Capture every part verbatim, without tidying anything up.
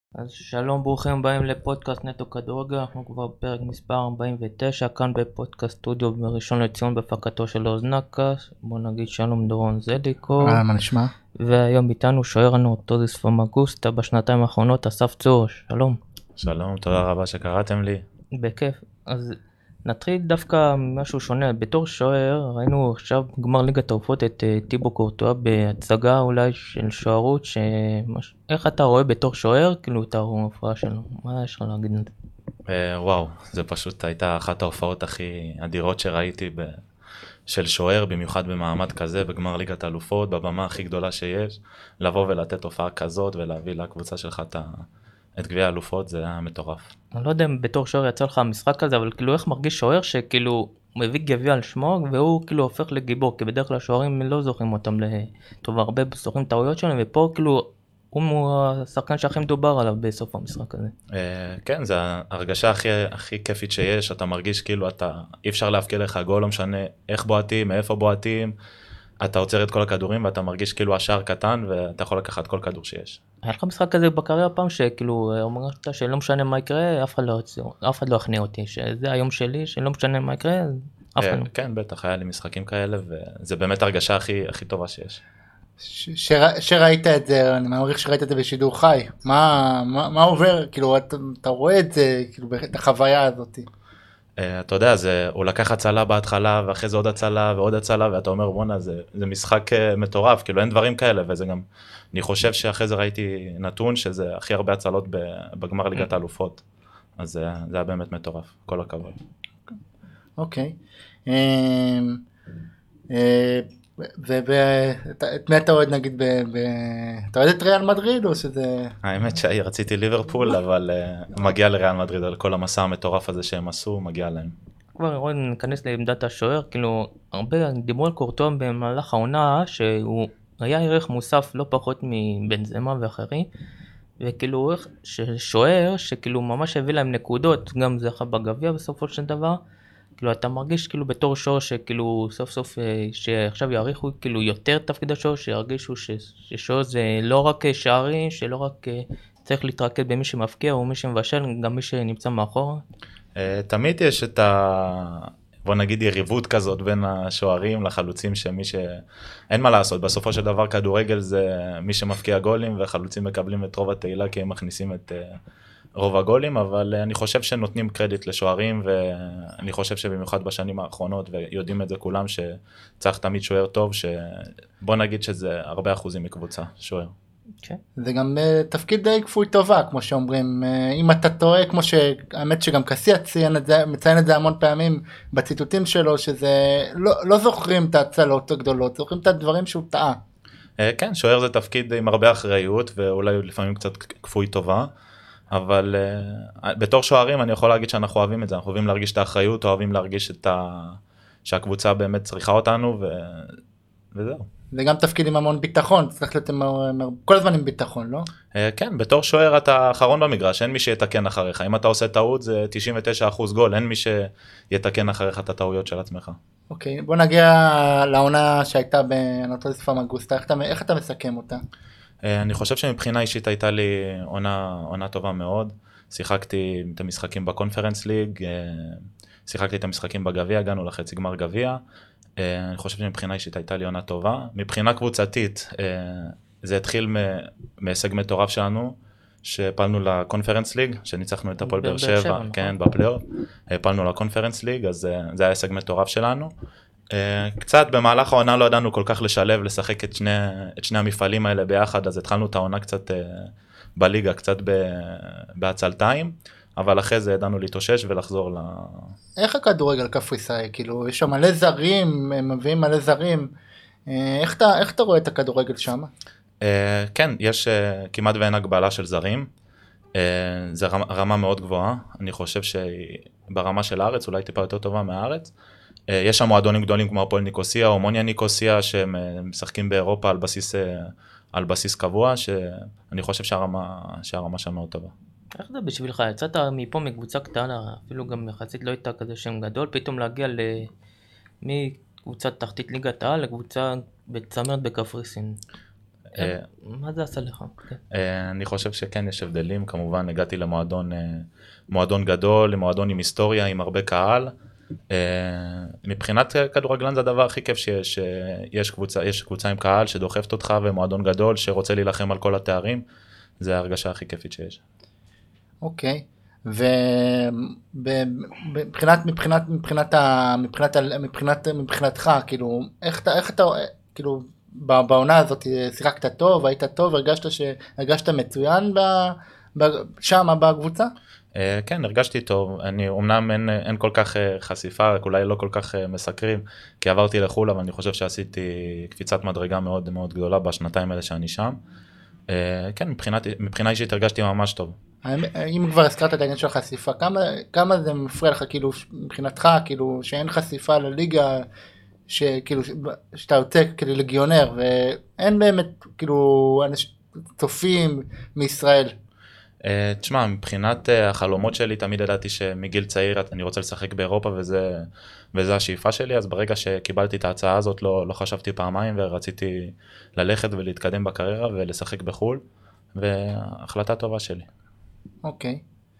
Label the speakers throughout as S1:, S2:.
S1: אז שלום, ברוכים הבאים לפודקאסט נטו כדורגל. אנחנו כבר בפרק מספר ארבעים ותשע, כאן בפודקאסט סטודיו בראשון לציון בהפקתו של עוז נקש. בוא נגיד שלום דורון זדיקוב.
S2: אה, מה נשמע?
S1: והיום איתנו שוער הנורטוזיס פמגוסטה בשנתיים האחרונות, אסף צור. שלום.
S3: שלום, תודה רבה שקראתם לי.
S1: בכיף. אז נתחיל דווקא משהו שונה. בתור שוער ראינו עכשיו גמר ליגת העופות את אה, טיבו קורטואה בהצגה אולי של שוערות. ש... מש- איך אתה רואה בתור שוער כאילו את ההופעה שלו? מה יש לך להגיד על זה?
S3: אה, וואו, זה פשוט הייתה אחת ההופעות הכי אדירות שראיתי ב... של שוער, במיוחד במעמד כזה, בגמר ליגת האלופות, בבמה הכי גדולה שיש, לבוא ולתת הופעה כזאת ולהביא לקבוצה שלך את, ה... את גביע האלופות, זה היה מטורף.
S1: אני לא יודע אם בתור שוער יצא לך המשחק הזה, אבל כאילו איך מרגיש שוער שכאילו הוא מביא גביע על שמו והוא כאילו הופך לגיבור, כי בדרך כלל שוערים לא זוכרים אותם לטוב, הרבה זוכרים טעויות שלהם, ופה כאילו הוא השחקן שהכי מדובר עליו בסוף המשחק הזה.
S3: אה, כן, זו ההרגשה הכי, הכי כיפית שיש, אתה מרגיש כאילו אתה, אי אפשר להפקיע לך גול, לא משנה איך בועטים, מאיפה בועטים, אתה עוצר את כל הכדורים ואתה מרגיש כאילו השער קטן ואתה יכול לקחת כל כדור שיש.
S1: היה לך משחק כזה בקריירה פעם שכאילו אמרת שלא משנה מה יקרה, אף אחד לא יוצא, אף אחד לא יכניע אותי, שזה היום שלי, שלא משנה מה יקרה, אף אחד
S3: אה,
S1: לא.
S3: כן, בטח, היה לי משחקים כאלה וזה באמת הרגשה הכי, הכי טובה שיש.
S2: ש- שרא- שראית את זה, אני מעריך שראית את זה בשידור חי. מה, מה, מה עובר? כאילו, אתה, אתה רואה את זה, כאילו, את החוויה הזאת.
S3: אה, אתה יודע, זה, הוא לקח הצלה בהתחלה, ואחרי זה עוד הצלה ועוד הצלה, ואתה אומר, בואנה, זה, זה משחק אה, מטורף, כאילו אין דברים כאלה, וזה גם, אני חושב שאחרי זה ראיתי נתון, שזה הכי הרבה הצלות ב- בגמר ליגת האלופות, אז זה, זה היה באמת מטורף, כל הכבוד.
S2: אוקיי. אמ, אה, ואת מי אתה אוהד נגיד, ב- ב- אתה אוהד את ריאל מדריד או שזה...
S3: האמת שרציתי ליברפול, אבל uh, מגיע לריאל מדריד על כל המסע המטורף הזה שהם עשו, מגיע להם.
S1: כבר רואה, ניכנס לעמדת השוער, כאילו הרבה דיברו על קורטואה במהלך העונה שהוא היה ערך מוסף לא פחות מבנזמה ואחרים, וכאילו איך ששוער שכאילו ממש הביא להם נקודות, גם זכה בגביע בסופו של דבר, כאילו אתה מרגיש כאילו בתור שוער שכאילו סוף סוף אה, שעכשיו יעריכו כאילו יותר תפקיד השוער, שירגישו ש- ששוער זה לא רק שערים, שלא רק אה, צריך להתרכז במי שמפקיע או מי שמבשל, גם מי שנמצא מאחורה.
S3: Uh, תמיד יש את ה... בוא נגיד יריבות כזאת בין השוערים לחלוצים, שמי ש... אין מה לעשות, בסופו של דבר כדורגל זה מי שמפקיע גולים, וחלוצים מקבלים את רוב התהילה כי הם מכניסים את uh, רוב הגולים, אבל uh, אני חושב שנותנים קרדיט לשוערים, ואני חושב שבמיוחד בשנים האחרונות, ויודעים את זה כולם, שצריך תמיד שוער טוב, שבוא נגיד שזה הרבה אחוזים מקבוצה, שוער.
S1: כן.
S2: זה גם uh, תפקיד די כפוי טובה, כמו שאומרים. Uh, אם אתה טועה, כמו שהאמת שגם קסיה ציין את זה, מציין את זה המון פעמים בציטוטים שלו, שזה לא, לא זוכרים את ההצלות הגדולות, זוכרים את הדברים שהוא טעה.
S3: כן, שוער זה תפקיד עם הרבה אחריות, ואולי לפעמים קצת כפוי טובה, אבל uh, בתור שוערים אני יכול להגיד שאנחנו אוהבים את זה, אנחנו אוהבים להרגיש את האחריות, אוהבים להרגיש את ה... שהקבוצה באמת צריכה אותנו, ו... וזהו.
S2: זה גם תפקיד עם המון ביטחון, צריך להיות עם, כל הזמן עם ביטחון, לא?
S3: Uh, כן, בתור שוער אתה האחרון במגרש, אין מי שיתקן אחריך, אם אתה עושה טעות זה תשעים ותשעה אחוז גול, אין מי שיתקן אחריך את הטעויות של עצמך.
S2: אוקיי, בוא נגיע לעונה שהייתה באנטוליס פמגוסטה, איך אתה, איך אתה מסכם אותה?
S3: Uh, אני חושב שמבחינה אישית הייתה לי עונה, עונה טובה מאוד, שיחקתי את המשחקים בקונפרנס ליג, uh, שיחקתי את המשחקים בגביע, הגענו לחצי גמר גביע, uh, אני חושב שמבחינה אישית הייתה לי עונה טובה, מבחינה קבוצתית, uh, זה התחיל מהישג מטורף שלנו, שפלנו לקונפרנס ליג, שניצחנו את הפועל באר שבע, כן, בפלייאוף, פלנו לקונפרנס ליג, אז uh, זה היה הישג מטורף שלנו, Uh, קצת במהלך העונה לא ידענו כל כך לשלב, לשחק את שני, את שני המפעלים האלה ביחד, אז התחלנו את העונה קצת uh, בליגה, קצת בהצלתיים, אבל אחרי זה ידענו להתאושש ולחזור ל...
S2: איך הכדורגל קפריסאי? כאילו, יש שם מלא זרים, הם מביאים מלא זרים, איך אתה, איך אתה רואה את הכדורגל שם?
S3: Uh, כן, יש uh, כמעט ואין הגבלה של זרים, uh, זה רמה, רמה מאוד גבוהה, אני חושב שברמה של הארץ, אולי טיפה יותר טובה מהארץ, יש שם מועדונים גדולים כמו הפועל ניקוסיה, אומוניה ניקוסיה, שהם משחקים באירופה על בסיס, על בסיס קבוע, שאני חושב שהרמה, שהרמה שם מאוד טובה.
S1: איך זה בשבילך? יצאת מפה מקבוצה קטנה, אפילו גם יחסית לא הייתה כזה שם גדול, פתאום להגיע מקבוצת תחתית ליגת העל לקבוצה בצמרת בקפריסין. מה זה עשה לך?
S3: אני חושב שכן יש הבדלים, כמובן הגעתי למועדון מועדון גדול, מועדון עם היסטוריה, עם הרבה קהל. מבחינת כדורגלן זה הדבר הכי כיף שיש, יש קבוצה, יש קבוצה עם קהל שדוחפת אותך ומועדון גדול שרוצה להילחם על כל התארים, זה ההרגשה הכי כיפית שיש.
S2: אוקיי, ומבחינת מבחינת מבחינת מבחינת מבחינת מבחינתך כאילו איך אתה איך אתה כאילו בעונה הזאת שיחקת טוב, היית טוב, הרגשת שהרגשת מצוין שם בקבוצה?
S3: כן, הרגשתי טוב, אני אומנם אין, אין כל כך חשיפה, אולי לא כל כך מסקרים, כי עברתי לחול, אבל אני חושב שעשיתי קפיצת מדרגה מאוד מאוד גדולה בשנתיים האלה שאני שם. כן, מבחינת, מבחינה אישית הרגשתי ממש טוב.
S2: אם כבר הזכרת את העניין של החשיפה, כמה, כמה זה מפריע לך כאילו מבחינתך, כאילו שאין חשיפה לליגה, שכאילו שאתה יוצא כאילו לגיונר, ואין באמת כאילו אנשים צופים מישראל?
S3: תשמע, מבחינת החלומות שלי תמיד ידעתי שמגיל צעיר אני רוצה לשחק באירופה וזה, וזה השאיפה שלי, אז ברגע שקיבלתי את ההצעה הזאת לא, לא חשבתי פעמיים ורציתי ללכת ולהתקדם בקריירה ולשחק בחול, והחלטה טובה שלי.
S2: אוקיי.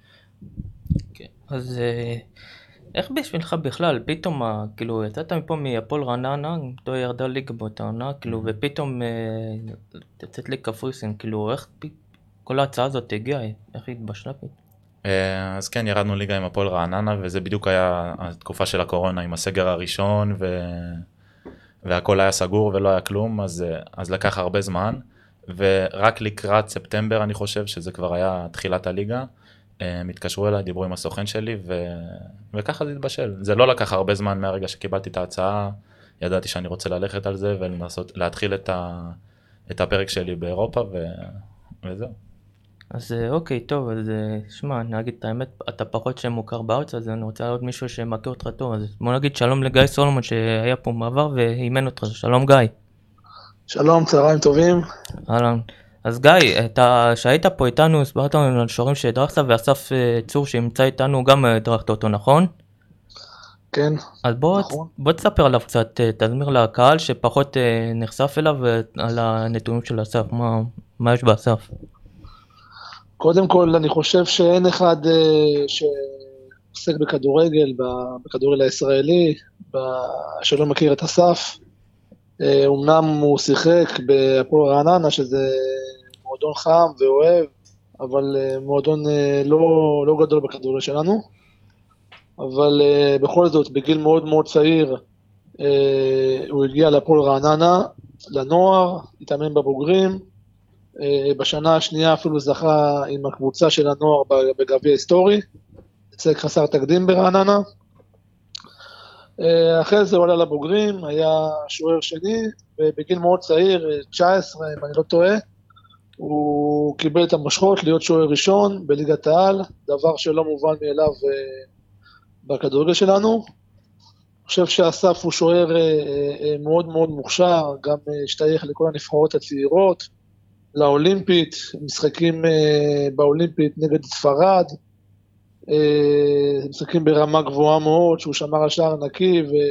S1: Okay. אז איך בשבילך בכלל, פתאום כאילו יצאת מפה מהפועל רעננה, אותו ירדה ליגה באותה עונה, כאילו ופתאום יצאת לקפריסין, כאילו איך כל ההצעה הזאת הגיעה, איך היא התבשלה פתאום?
S3: אז כן, ירדנו ליגה עם הפועל רעננה, וזה בדיוק היה התקופה של הקורונה, עם הסגר הראשון, ו... והכל היה סגור ולא היה כלום, אז, אז לקח הרבה זמן, ורק לקראת ספטמבר אני חושב שזה כבר היה תחילת הליגה, הם התקשרו אליי, דיברו עם הסוכן שלי, ו... וככה זה התבשל. זה לא לקח הרבה זמן מהרגע שקיבלתי את ההצעה, ידעתי שאני רוצה ללכת על זה, ולנסות להתחיל את, ה... את הפרק שלי באירופה, ו... וזהו.
S1: אז אוקיי, טוב, אז שמע, אני אגיד את האמת, אתה פחות שמוכר בארץ, אז אני רוצה לעוד מישהו שמכיר אותך טוב, אז בוא נגיד שלום לגיא סולומון שהיה פה מעבר ואימן אותך, שלום גיא.
S4: שלום, צהריים טובים.
S1: אהלן. אז גיא, אתה, שהיית פה איתנו, הסברת לנו על שורים שהדרכת, ואסף צור שימצא איתנו גם הדרכת אותו, נכון?
S4: כן,
S1: אז בוא,
S4: נכון.
S1: בוא תספר עליו קצת, תזמיר לקהל שפחות נחשף אליו על הנתונים של אסף, מה, מה יש באסף?
S4: קודם כל, אני חושב שאין אחד שעוסק בכדורגל, בכדורגל הישראלי, שלא מכיר את אסף. אמנם הוא שיחק בהפועל רעננה, שזה מועדון חם ואוהב, אבל מועדון לא, לא גדול בכדורגל שלנו. אבל בכל זאת, בגיל מאוד מאוד צעיר, הוא הגיע להפועל רעננה, לנוער, התאמן בבוגרים, בשנה השנייה אפילו זכה עם הקבוצה של הנוער בגביע היסטורי, הישג חסר תקדים ברעננה. אחרי זה הוא עלה לבוגרים, היה שוער שני, ובגיל מאוד צעיר, תשע עשרה אם אני לא טועה, הוא קיבל את המושכות להיות שוער ראשון בליגת העל, דבר שלא מובן מאליו בכדורגל שלנו. אני חושב שאסף הוא שוער מאוד מאוד מוכשר, גם השתייך לכל הנבחרות הצעירות, לאולימפית, משחקים באולימפית נגד ספרד, משחקים ברמה גבוהה מאוד, שהוא שמר על שער נקי, ו...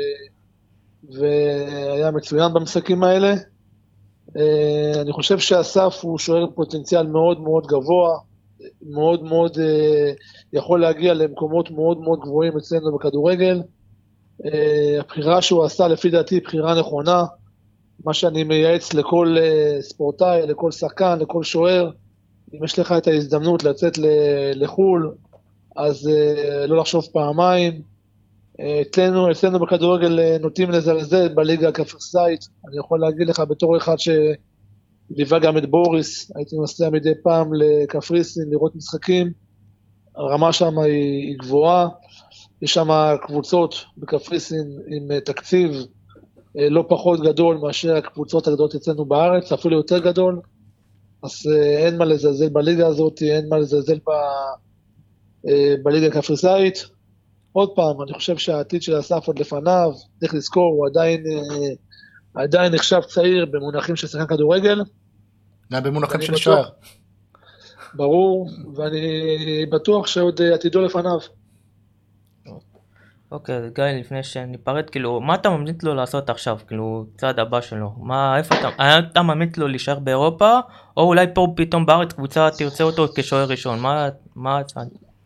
S4: והיה מצוין במשחקים האלה. אני חושב שאסף הוא שוער פוטנציאל מאוד מאוד גבוה, מאוד מאוד יכול להגיע למקומות מאוד מאוד גבוהים אצלנו בכדורגל. הבחירה שהוא עשה לפי דעתי בחירה נכונה, מה שאני מייעץ לכל ספורטאי, לכל שחקן, לכל שוער, אם יש לך את ההזדמנות לצאת לחול, אז לא לחשוב פעמיים. אצלנו, אצלנו בכדורגל נוטים לזלזל בליגה הקפריסאית, אני יכול להגיד לך בתור אחד שליווה גם את בוריס, הייתי נוסע מדי פעם לקפריסין לראות משחקים, הרמה שם היא, היא גבוהה, יש שם קבוצות בקפריסין עם תקציב לא פחות גדול מאשר הקבוצות הגדולות אצלנו בארץ, אפילו יותר גדול, אז אין מה לזלזל בליגה הזאת, אין מה לזלזל ב, בליגה הקפריסאית. עוד פעם, אני חושב שהעתיד של אסף עוד לפניו, צריך לזכור, הוא עדיין, עדיין נחשב צעיר במונחים של שחקן כדורגל.
S2: גם במונחים של שוער.
S4: ברור, ואני בטוח שעוד עתידו לפניו.
S1: אוקיי, גיא, לפני שניפרד, כאילו, מה אתה ממליץ לו לעשות עכשיו? כאילו, צעד הבא שלו. מה, איפה אתה, אתה ממליץ לו להישאר באירופה, או אולי פה פתאום בארץ קבוצה תרצה אותו כשוער ראשון? מה, מה הצעד?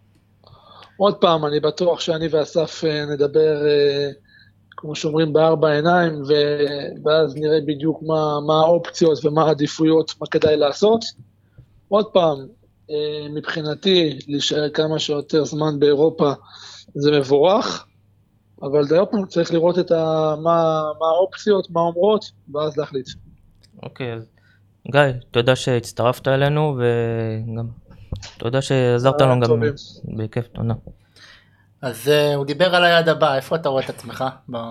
S4: עוד פעם, אני בטוח שאני ואסף נדבר, כמו שאומרים, בארבע עיניים, ואז נראה בדיוק מה, מה האופציות ומה העדיפויות, מה כדאי לעשות. עוד פעם, מבחינתי, להישאר כמה שיותר זמן באירופה, זה מבורך, אבל די פעם צריך לראות את ה, מה, מה האופציות, מה אומרות, ואז להחליט.
S1: אוקיי, אז גיא, תודה שהצטרפת אלינו, וגם תודה שעזרת לנו גם בכיף, תודה.
S2: אז הוא דיבר על היעד הבא, איפה אתה רואה את עצמך?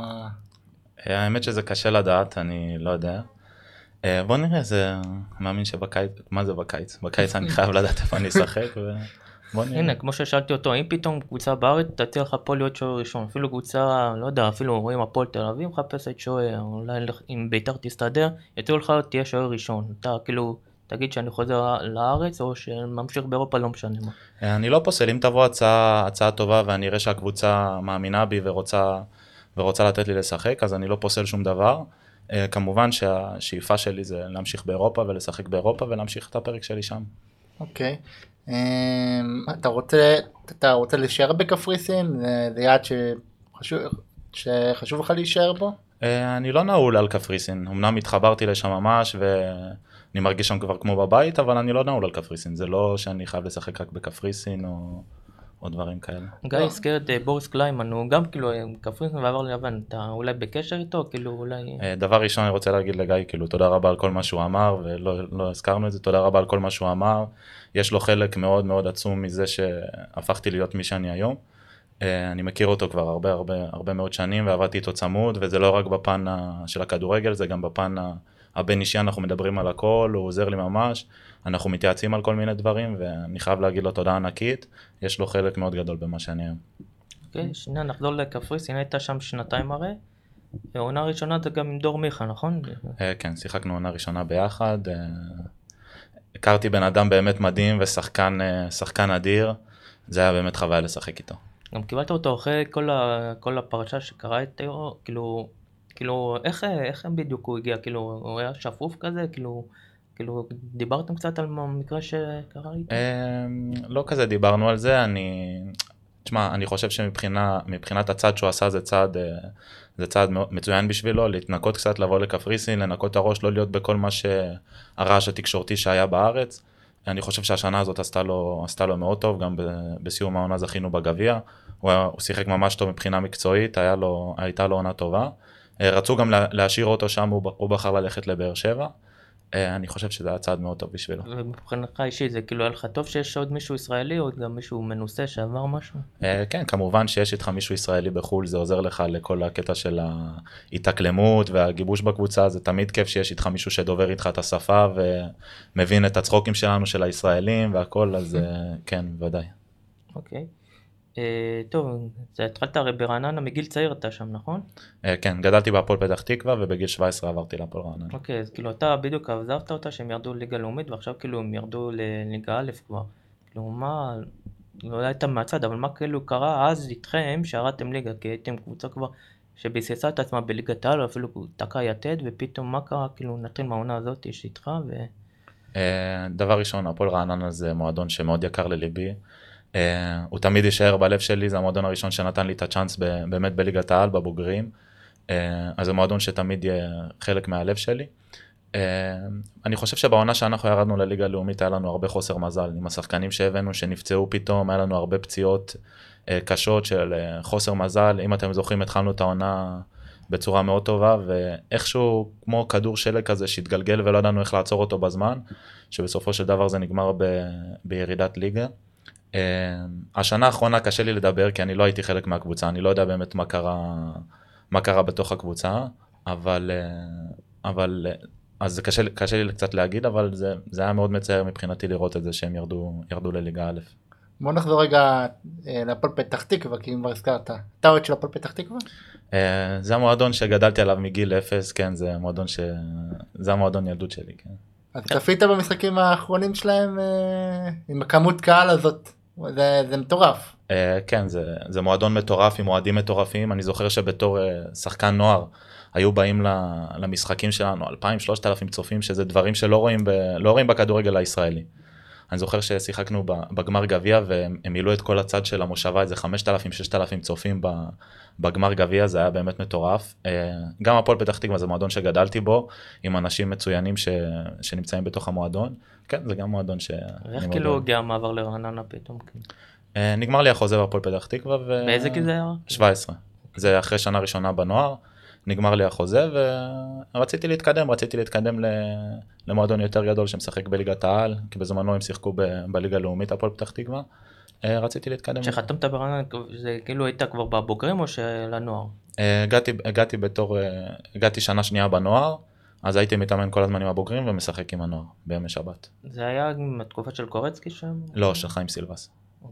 S3: האמת שזה קשה לדעת, אני לא יודע. בוא נראה, זה מאמין שבקיץ, מה זה בקיץ? בקיץ אני חייב לדעת איפה אני אשחק, ובוא נראה.
S1: הנה, כמו ששאלתי אותו, אם פתאום קבוצה בארץ תציע לך פה להיות שוער ראשון, אפילו קבוצה, לא יודע, אפילו רואים הפועל תל אביב, מחפשת שוער, אולי אם בית"ר תסתדר, יציעו לך תהיה שוער ראשון, אתה כאילו תגיד שאני חוזר לארץ או שממשיך באירופה, לא משנה מה.
S3: אני לא פוסל, אם תבוא הצעה, הצעה טובה ואני אראה שהקבוצה מאמינה בי ורוצה, ורוצה לתת לי לשחק, אז אני לא פוסל שום דבר. כמובן שהשאיפה שלי זה להמשיך באירופה ולשחק באירופה ולהמשיך את הפרק שלי שם.
S2: אוקיי. אתה רוצה, אתה רוצה להישאר בקפריסין? זה יעד שחשוב, שחשוב לך להישאר בו?
S3: אני לא נעול על קפריסין, אמנם התחברתי לשם ממש ואני מרגיש שם כבר כמו בבית, אבל אני לא נעול על קפריסין, זה לא שאני חייב לשחק רק בקפריסין או, או דברים כאלה.
S1: גיא הזכיר את בוריס קליימן, הוא גם כאילו קפריסין ועבר ליוון, אתה אולי בקשר איתו? כאילו אולי... דבר
S3: ראשון אני רוצה להגיד לגיא, כאילו תודה רבה על כל מה שהוא אמר, ולא לא הזכרנו את זה, תודה רבה על כל מה שהוא אמר, יש לו חלק מאוד מאוד עצום מזה שהפכתי להיות מי שאני היום. אני מכיר אותו כבר הרבה הרבה הרבה מאוד שנים ועבדתי איתו צמוד, וזה לא רק בפן של הכדורגל, זה גם בפן הבין אישי, אנחנו מדברים על הכל, הוא עוזר לי ממש, אנחנו מתייעצים על כל מיני דברים, ואני חייב להגיד לו תודה ענקית, יש לו חלק מאוד גדול במה שאני היום.
S1: אוקיי, שנייה, נחזור לקפריסין, היית שם שנתיים הרי, ועונה ראשונה זה גם עם דור מיכה, נכון?
S3: כן, שיחקנו עונה ראשונה ביחד, הכרתי בן אדם באמת מדהים ושחקן שחקן אדיר, זה היה באמת חוויה לשחק איתו.
S1: גם קיבלת אותו אחרי כל, ה, כל הפרשה שקרה איתו, כאילו, כאילו, איך, איך בדיוק הוא הגיע, כאילו, הוא היה שפוף כזה, כאילו, כאילו, דיברתם קצת על המקרה שקרה איתו?
S3: לא כזה דיברנו על זה, אני, תשמע, אני חושב שמבחינה, מבחינת הצעד שהוא עשה זה צעד, זה צעד מצוין בשבילו, להתנקות קצת, לבוא לקפריסין, לנקות הראש, לא להיות בכל מה שהרעש התקשורתי שהיה בארץ. אני חושב שהשנה הזאת עשתה לו, עשתה לו מאוד טוב, גם בסיום העונה זכינו בגביע, הוא, הוא שיחק ממש טוב מבחינה מקצועית, היה לו, הייתה לו עונה טובה, רצו גם להשאיר אותו שם, הוא, הוא בחר ללכת לבאר שבע, אני חושב שזה היה צעד מאוד טוב בשבילו.
S1: ומבחינתך אישית, זה כאילו היה לך טוב שיש עוד מישהו ישראלי, או גם מישהו מנוסה שעבר משהו?
S3: כן, כמובן שיש איתך מישהו ישראלי בחול, זה עוזר לך לכל הקטע של ההתאקלמות והגיבוש בקבוצה, זה תמיד כיף שיש איתך מישהו שדובר איתך את השפה, ומבין את הצחוקים שלנו, של הישראלים והכל, אז כן, ודאי.
S1: אוקיי. טוב, התחלת הרי ברעננה, מגיל צעיר אתה שם, נכון?
S3: כן, גדלתי בהפועל פתח תקווה, ובגיל שבע עשרה עברתי להפועל רעננה.
S1: אוקיי, אז כאילו אתה בדיוק עזבת אותה שהם ירדו לליגה לאומית, ועכשיו כאילו הם ירדו לליגה א' כבר. כאילו מה, לא הייתם מהצד, אבל מה כאילו קרה אז איתכם שירדתם ליגה, כי הייתם קבוצה כבר שביססה את עצמה בליגת העל, או אפילו תקע יתד, ופתאום מה קרה, כאילו נתחיל מהעונה הזאת יש איתך ו...
S3: דבר ראשון, הפועל רעננה זה מועדון שמאוד יקר לליבי, Uh, הוא תמיד יישאר בלב שלי, זה המועדון הראשון שנתן לי את הצ'אנס ב, באמת בליגת העל, בבוגרים, uh, אז זה מועדון שתמיד יהיה חלק מהלב שלי. Uh, אני חושב שבעונה שאנחנו ירדנו לליגה הלאומית היה לנו הרבה חוסר מזל, עם השחקנים שהבאנו שנפצעו פתאום, היה לנו הרבה פציעות uh, קשות של uh, חוסר מזל, אם אתם זוכרים התחלנו את העונה בצורה מאוד טובה, ואיכשהו כמו כדור שלג כזה שהתגלגל ולא ידענו איך לעצור אותו בזמן, שבסופו של דבר זה נגמר ב, בירידת ליגה. Uh, השנה האחרונה קשה לי לדבר כי אני לא הייתי חלק מהקבוצה, אני לא יודע באמת מה קרה, מה קרה בתוך הקבוצה, אבל, uh, אבל uh, אז זה קשה, קשה לי קצת להגיד, אבל זה, זה היה מאוד מצער מבחינתי לראות את זה שהם ירדו, ירדו לליגה א'.
S2: בוא נחזור רגע uh, להפועל פתח תקווה, כי אם כבר הזכרת, אתה אוהד של הפועל פתח תקווה?
S3: Uh, זה המועדון שגדלתי עליו מגיל אפס, כן, זה המועדון ש... זה המועדון ילדות שלי, כן.
S2: אז צפית במשחקים האחרונים שלהם uh, עם הכמות קהל הזאת? זה, זה מטורף.
S3: כן, זה, זה מועדון מטורף עם מועדים מטורפים, אני זוכר שבתור שחקן נוער, היו באים למשחקים שלנו אלפיים שלושת אלפים צופים, שזה דברים שלא רואים, ב, לא רואים בכדורגל הישראלי. אני זוכר ששיחקנו בגמר גביע, והם מילאו את כל הצד של המושבה, איזה חמשת אלפים ששת אלפים צופים בגמר גביע, זה היה באמת מטורף. גם הפועל פתח תקווה זה מועדון שגדלתי בו, עם אנשים מצוינים ש, שנמצאים בתוך המועדון. כן, זה גם מועדון ש...
S1: איך כאילו הגיע המעבר לרעננה פתאום?
S3: נגמר לי החוזה בהפועל פתח תקווה. ו...
S1: באיזה גיל זה היה?
S3: שבע עשרה. זה אחרי שנה ראשונה בנוער. נגמר לי החוזה ורציתי להתקדם, רציתי להתקדם למועדון יותר גדול שמשחק בליגת העל, כי בזמנו הם שיחקו בליגה הלאומית הפועל פתח תקווה, רציתי להתקדם.
S1: כשחתמת ברעננה, זה כאילו היית כבר בבוגרים או של הנוער?
S3: הגעתי, הגעתי בתור, הגעתי שנה שנייה בנוער, אז הייתי מתאמן כל הזמן עם הבוגרים ומשחק עם הנוער בימי שבת.
S1: זה היה בתקופה של קורצקי שם?
S3: לא, של חיים סילבס.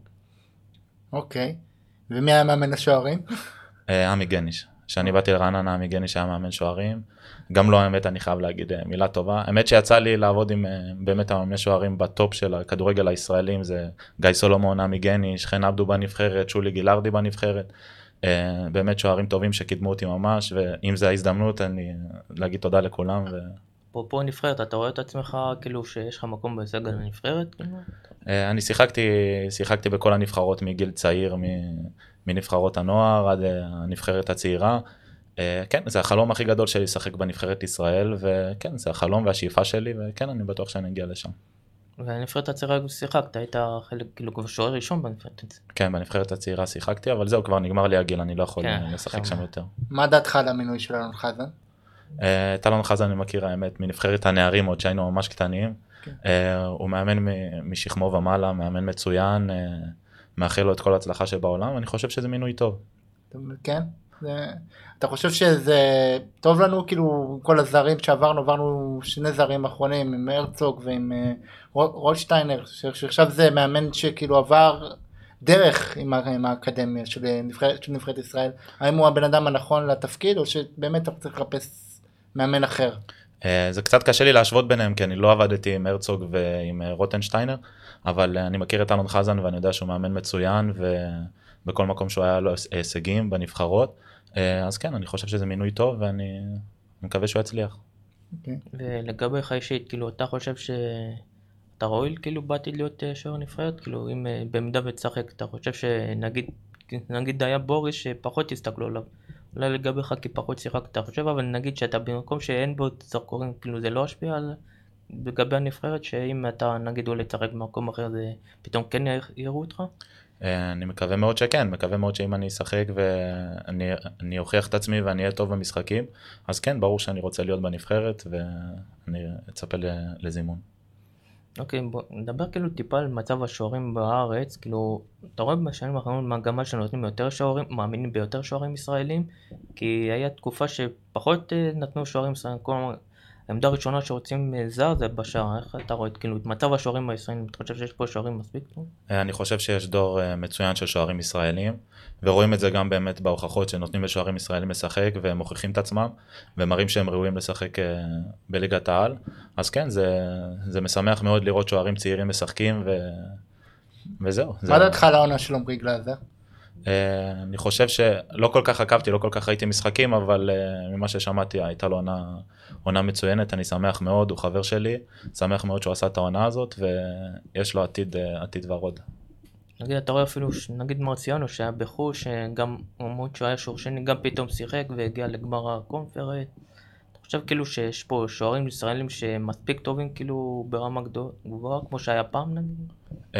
S2: אוקיי, ומי היה מאמן השוערים?
S3: עמי גניש. כשאני באתי לרעננה, עמי גניש היה מאמן שוערים, גם לא האמת, אני חייב להגיד מילה טובה. האמת שיצא לי לעבוד עם באמת המאמני שוערים בטופ של הכדורגל הישראלים, זה גיא סולומון, עמי גניש, חן עבדו בנבחרת, שולי גילארדי בנבחרת, באמת שוערים טובים שקידמו אותי ממש, ואם זה ההזדמנות, אני להגיד תודה לכולם.
S1: פה פה נבחרת, אתה רואה את עצמך כאילו שיש לך מקום בסגל הנבחרת?
S3: אני שיחקתי, שיחקתי בכל הנבחרות מגיל צעיר, מנבחרות הנוער עד הנבחרת הצעירה. כן, זה החלום הכי גדול שלי לשחק בנבחרת ישראל, וכן, זה החלום והשאיפה שלי, וכן, אני בטוח שאני אגיע לשם.
S1: והנבחרת הצעירה שיחקת, היית חלק, כאילו, כבר שוער ראשון בנבחרת הצעירה.
S3: כן, בנבחרת הצעירה שיחקתי, אבל זהו, כבר נגמר לי הגיל, אני לא יכול לשחק שם יותר.
S2: מה דעתך על המינוי של אלון חזן?
S3: את אלון חזן אני מכיר, האמת, מנבחרת הנערים, עוד שהיינו ממש קטנים. הוא מאמן משכמו ומעלה, מאמן מצוין, מאחל לו את כל ההצלחה שבעולם, ואני חושב שזה מינוי טוב.
S2: כן? אתה חושב שזה טוב לנו, כאילו כל הזרים שעברנו, עברנו שני זרים אחרונים, עם הרצוג ועם רולשטיינר, שעכשיו זה מאמן שכאילו עבר דרך עם האקדמיה של נבחרת ישראל, האם הוא הבן אדם הנכון לתפקיד, או שבאמת אתה צריך לחפש מאמן אחר?
S3: זה קצת קשה לי להשוות ביניהם, כי אני לא עבדתי עם הרצוג ועם רוטנשטיינר, אבל אני מכיר את אלון חזן ואני יודע שהוא מאמן מצוין, ובכל מקום שהוא היה לו הישגים בנבחרות, אז כן, אני חושב שזה מינוי טוב, ואני מקווה שהוא יצליח.
S1: ולגביך אישית, כאילו, אתה חושב שאתה ראוי, כאילו, באתי להיות שוער נבחרת? כאילו, אם במידה ותשחק, אתה חושב שנגיד, נגיד היה בוריס שפחות יסתכלו עליו, אולי לגביך כי פחות שיחק, אתה חושב, אבל נגיד שאתה במקום שאין בו זרקורים, כאילו, זה לא השפיע על... לגבי הנבחרת, שאם אתה נגיד אולי תשחק במקום אחר, זה פתאום כן יראו אותך?
S3: אני מקווה מאוד שכן, מקווה מאוד שאם אני אשחק ואני אוכיח את עצמי ואני אהיה טוב במשחקים, אז כן, ברור שאני רוצה להיות בנבחרת ואני אצפה לזימון.
S1: אוקיי, בוא נדבר כאילו טיפה על מצב השוערים בארץ, כאילו, אתה רואה בשנים האחרונות מגמה שנותנים יותר שוערים, מאמינים ביותר שוערים ישראלים, כי היה תקופה שפחות נתנו שוערים ישראלים, כל העמדה הראשונה שרוצים זר זה בשער. איך אתה רואה כאילו את מצב השוערים הישראלים? אתה חושב שיש פה שוערים מספיק טוב?
S3: אני חושב שיש דור מצוין של שוערים ישראלים, ורואים את זה גם באמת בהוכחות שנותנים לשוערים ישראלים לשחק, והם מוכיחים את עצמם, ומראים שהם ראויים לשחק בליגת העל. אז כן, זה, זה משמח מאוד לראות שוערים צעירים משחקים, ו... וזהו.
S2: מה דעתך על העונה של עומרי גלאזר?
S3: אני חושב שלא כל כך עקבתי, לא כל כך ראיתי משחקים, אבל ממה ששמעתי הייתה לו עונה, עונה מצוינת, אני שמח מאוד, הוא חבר שלי, שמח מאוד שהוא עשה את העונה הזאת, ויש לו עתיד, עתיד ורוד.
S1: נגיד, אתה רואה אפילו, נגיד מרציאנו שהיה בחו"ל, שגם עמוד שהוא היה שורשני, גם פתאום שיחק והגיע לגמר הקונפרנס. אתה חושב כאילו שיש פה שוערים ישראלים שמספיק טובים כאילו ברמה גבוהה, כמו שהיה פעם נגיד?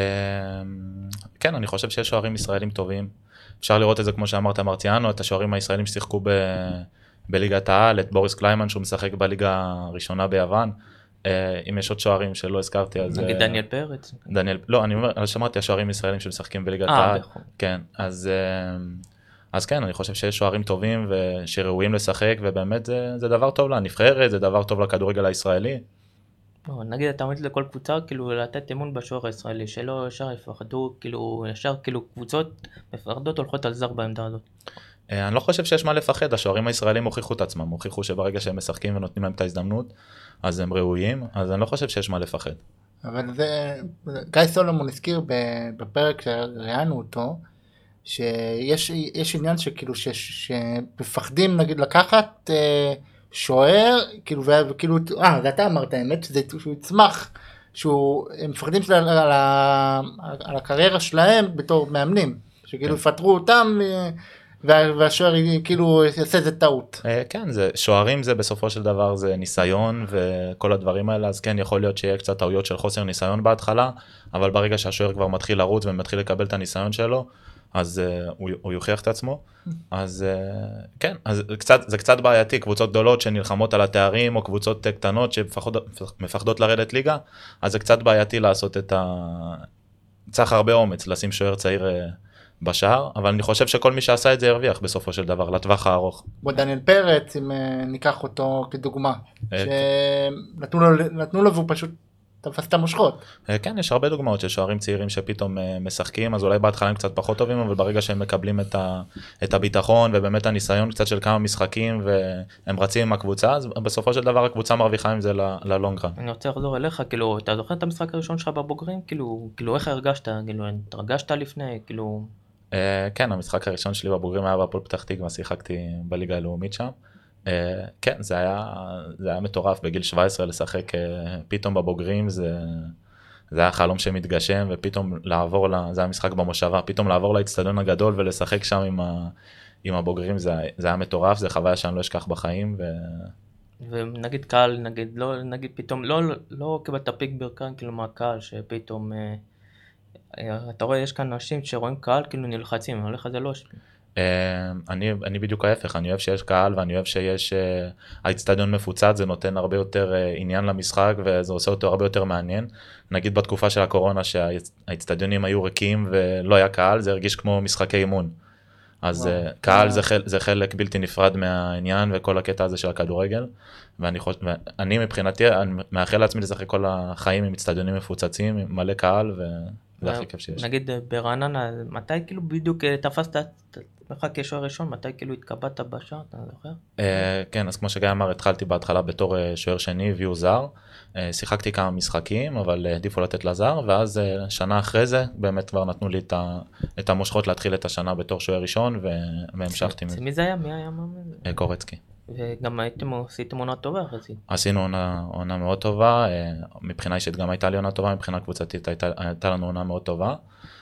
S3: כן, אני חושב שיש שוערים ישראלים טובים. אפשר לראות את זה כמו שאמרת מרציאנו, את השוערים הישראלים ששיחקו ב... בליגת העל, את בוריס קליימן שהוא משחק בליגה הראשונה ביוון. אם יש עוד שוערים שלא הזכרתי, אז...
S1: נגיד דניאל פרץ.
S3: דניאל, לא, אני אומר, שמעתי השוערים ישראלים שמשחקים בליגת העל. כן, אז, אז כן, אני חושב שיש שוערים טובים ושראויים לשחק, ובאמת זה, זה דבר טוב לנבחרת, זה דבר טוב לכדורגל הישראלי.
S1: נגיד, אתה עומד לכל קבוצה, כאילו, לתת אמון בשוער הישראלי, שלא ישר יפחדו, כאילו, ישר, כאילו, קבוצות מפחדות הולכות על זר בעמדה הזאת.
S3: אני לא חושב שיש מה לפחד, השוערים הישראלים הוכיחו את עצמם, הוכיחו שברגע שהם משחקים ונותנים להם את ההזדמנות, אז הם ראויים, אז אני לא חושב שיש מה לפחד.
S2: אבל זה, גיא סולומון הזכיר בפרק שראיינו אותו, שיש יש עניין שכאילו ש, שמפחדים נגיד לקחת אה, שוער, כאילו, וכאילו, אה, זה אתה אמרת, האמת שזה שהוא יצמח, שהוא, הם מפחדים על, על, על הקריירה שלהם בתור מאמנים, שכאילו יפטרו אותם, והשוער כאילו יעשה איזה טעות.
S3: כן, זה, שוערים זה בסופו של דבר זה ניסיון וכל הדברים האלה, אז כן יכול להיות שיהיה קצת טעויות של חוסר ניסיון בהתחלה, אבל ברגע שהשוער כבר מתחיל לרוץ ומתחיל לקבל את הניסיון שלו, אז uh, הוא, הוא יוכיח את עצמו, אז uh, כן, אז קצת, זה קצת בעייתי, קבוצות גדולות שנלחמות על התארים, או קבוצות קטנות שמפחדות לרדת ליגה, אז זה קצת בעייתי לעשות את ה... צריך הרבה אומץ, לשים שוער צעיר uh, בשער, אבל אני חושב שכל מי שעשה את זה ירוויח בסופו של דבר, לטווח הארוך.
S2: בוא דניאל פרץ, אם uh, ניקח אותו כדוגמה, שנתנו לו, נתנו לו והוא פשוט... תפס את המושכות.
S3: כן, יש הרבה דוגמאות של שוערים צעירים שפתאום משחקים, אז אולי בהתחלה הם קצת פחות טובים, אבל ברגע שהם מקבלים את, ה, את הביטחון ובאמת הניסיון קצת של כמה משחקים והם רצים עם הקבוצה, אז בסופו של דבר הקבוצה מרוויחה עם זה ללונגרן.
S1: אני רוצה לחזור אליך, כאילו, אתה זוכר את המשחק הראשון שלך בבוגרים? כאילו, כאילו איך הרגשת? כאילו, התרגשת לפני? כאילו...
S3: כן, המשחק הראשון שלי בבוגרים היה בהפועל פתח תקווה, שיחקתי בליגה הלאומית שם. Uh, כן, זה היה, זה היה מטורף בגיל שבע עשרה לשחק uh, פתאום בבוגרים, זה, זה היה חלום שמתגשם, ופתאום לעבור, לה, זה היה משחק במושבה, פתאום לעבור לאצטדיון הגדול ולשחק שם עם, ה, עם הבוגרים, זה, זה היה מטורף, זה חוויה שאני לא אשכח בחיים. ו...
S1: ונגיד קהל, נגיד, לא, נגיד פתאום, לא, לא קיבלת פיק ברכיים, כאילו מהקהל, שפתאום, uh, אתה רואה, יש כאן אנשים שרואים קהל, כאילו נלחצים, הולך זה לא...
S3: אני, אני בדיוק ההפך, אני אוהב שיש קהל ואני אוהב שיש, האצטדיון מפוצץ, זה נותן הרבה יותר עניין למשחק וזה עושה אותו הרבה יותר מעניין. נגיד בתקופה של הקורונה שהאצטדיונים היו ריקים ולא היה קהל, זה הרגיש כמו משחקי אימון. אז וואו. קהל זה, חל, זה חלק בלתי נפרד מהעניין וכל הקטע הזה של הכדורגל. ואני, חוש... ואני מבחינתי, אני מאחל לעצמי לשחק כל החיים עם אצטדיונים מפוצצים, עם מלא קהל ו... זה הכי כיף שיש.
S1: נגיד ברעננה, מתי כאילו בדיוק תפסת לך כשוער ראשון, מתי כאילו התקבעת בשער, אתה זוכר?
S3: כן, אז כמו שגיא אמר, התחלתי בהתחלה בתור שוער שני, הביאו זר, שיחקתי כמה משחקים, אבל העדיפו לתת לזר, ואז שנה אחרי זה, באמת כבר נתנו לי את המושכות להתחיל את השנה בתור שוער ראשון, והמשכתי.
S1: מי זה היה? מי היה מאמן?
S3: קורצקי.
S1: וגם הייתם עשיתם עונה טובה אחרי.
S3: עשינו עונה, עונה מאוד טובה, מבחינה אישית גם הייתה לי עונה טובה, מבחינה קבוצתית הייתה, הייתה לנו עונה מאוד טובה.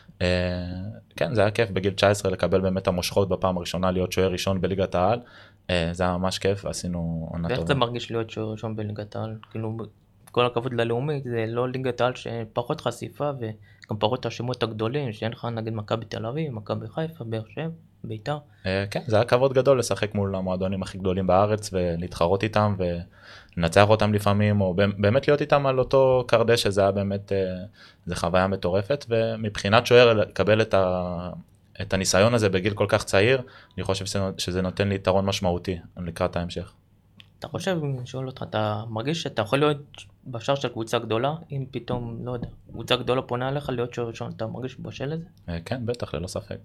S3: כן, זה היה כיף בגיל תשע עשרה לקבל באמת המושכות בפעם הראשונה להיות שוער ראשון בליגת העל, זה היה ממש כיף, עשינו עונה טובה.
S1: ואיך זה מרגיש להיות שוער ראשון בליגת העל? כאילו, כל הכבוד ללאומית, זה לא ליגת העל שפחות חשיפה וגם פחות השמות הגדולים, שאין לך נגיד מכבי תל אביב, מכבי חיפה, באר שבע, בית"ר.
S3: כן, זה היה כבוד גדול לשחק מול המועדונים הכי גדולים בארץ ולהתחרות איתם ולנצח אותם לפעמים, או באמת להיות איתם על אותו קרדש, שזה היה באמת, זה חוויה מטורפת, ומבחינת שוער לקבל את ה... את הניסיון הזה בגיל כל כך צעיר, אני חושב שזה נותן לי יתרון משמעותי לקראת ההמשך.
S1: אתה חושב, אם שואל אותך, אתה מרגיש שאתה יכול להיות בשער של קבוצה גדולה, אם פתאום, לא יודע, קבוצה גדולה פונה עליך להיות שוער ראשון, אתה מרגיש בשל לזה?
S3: כן, בטח, ללא ספק.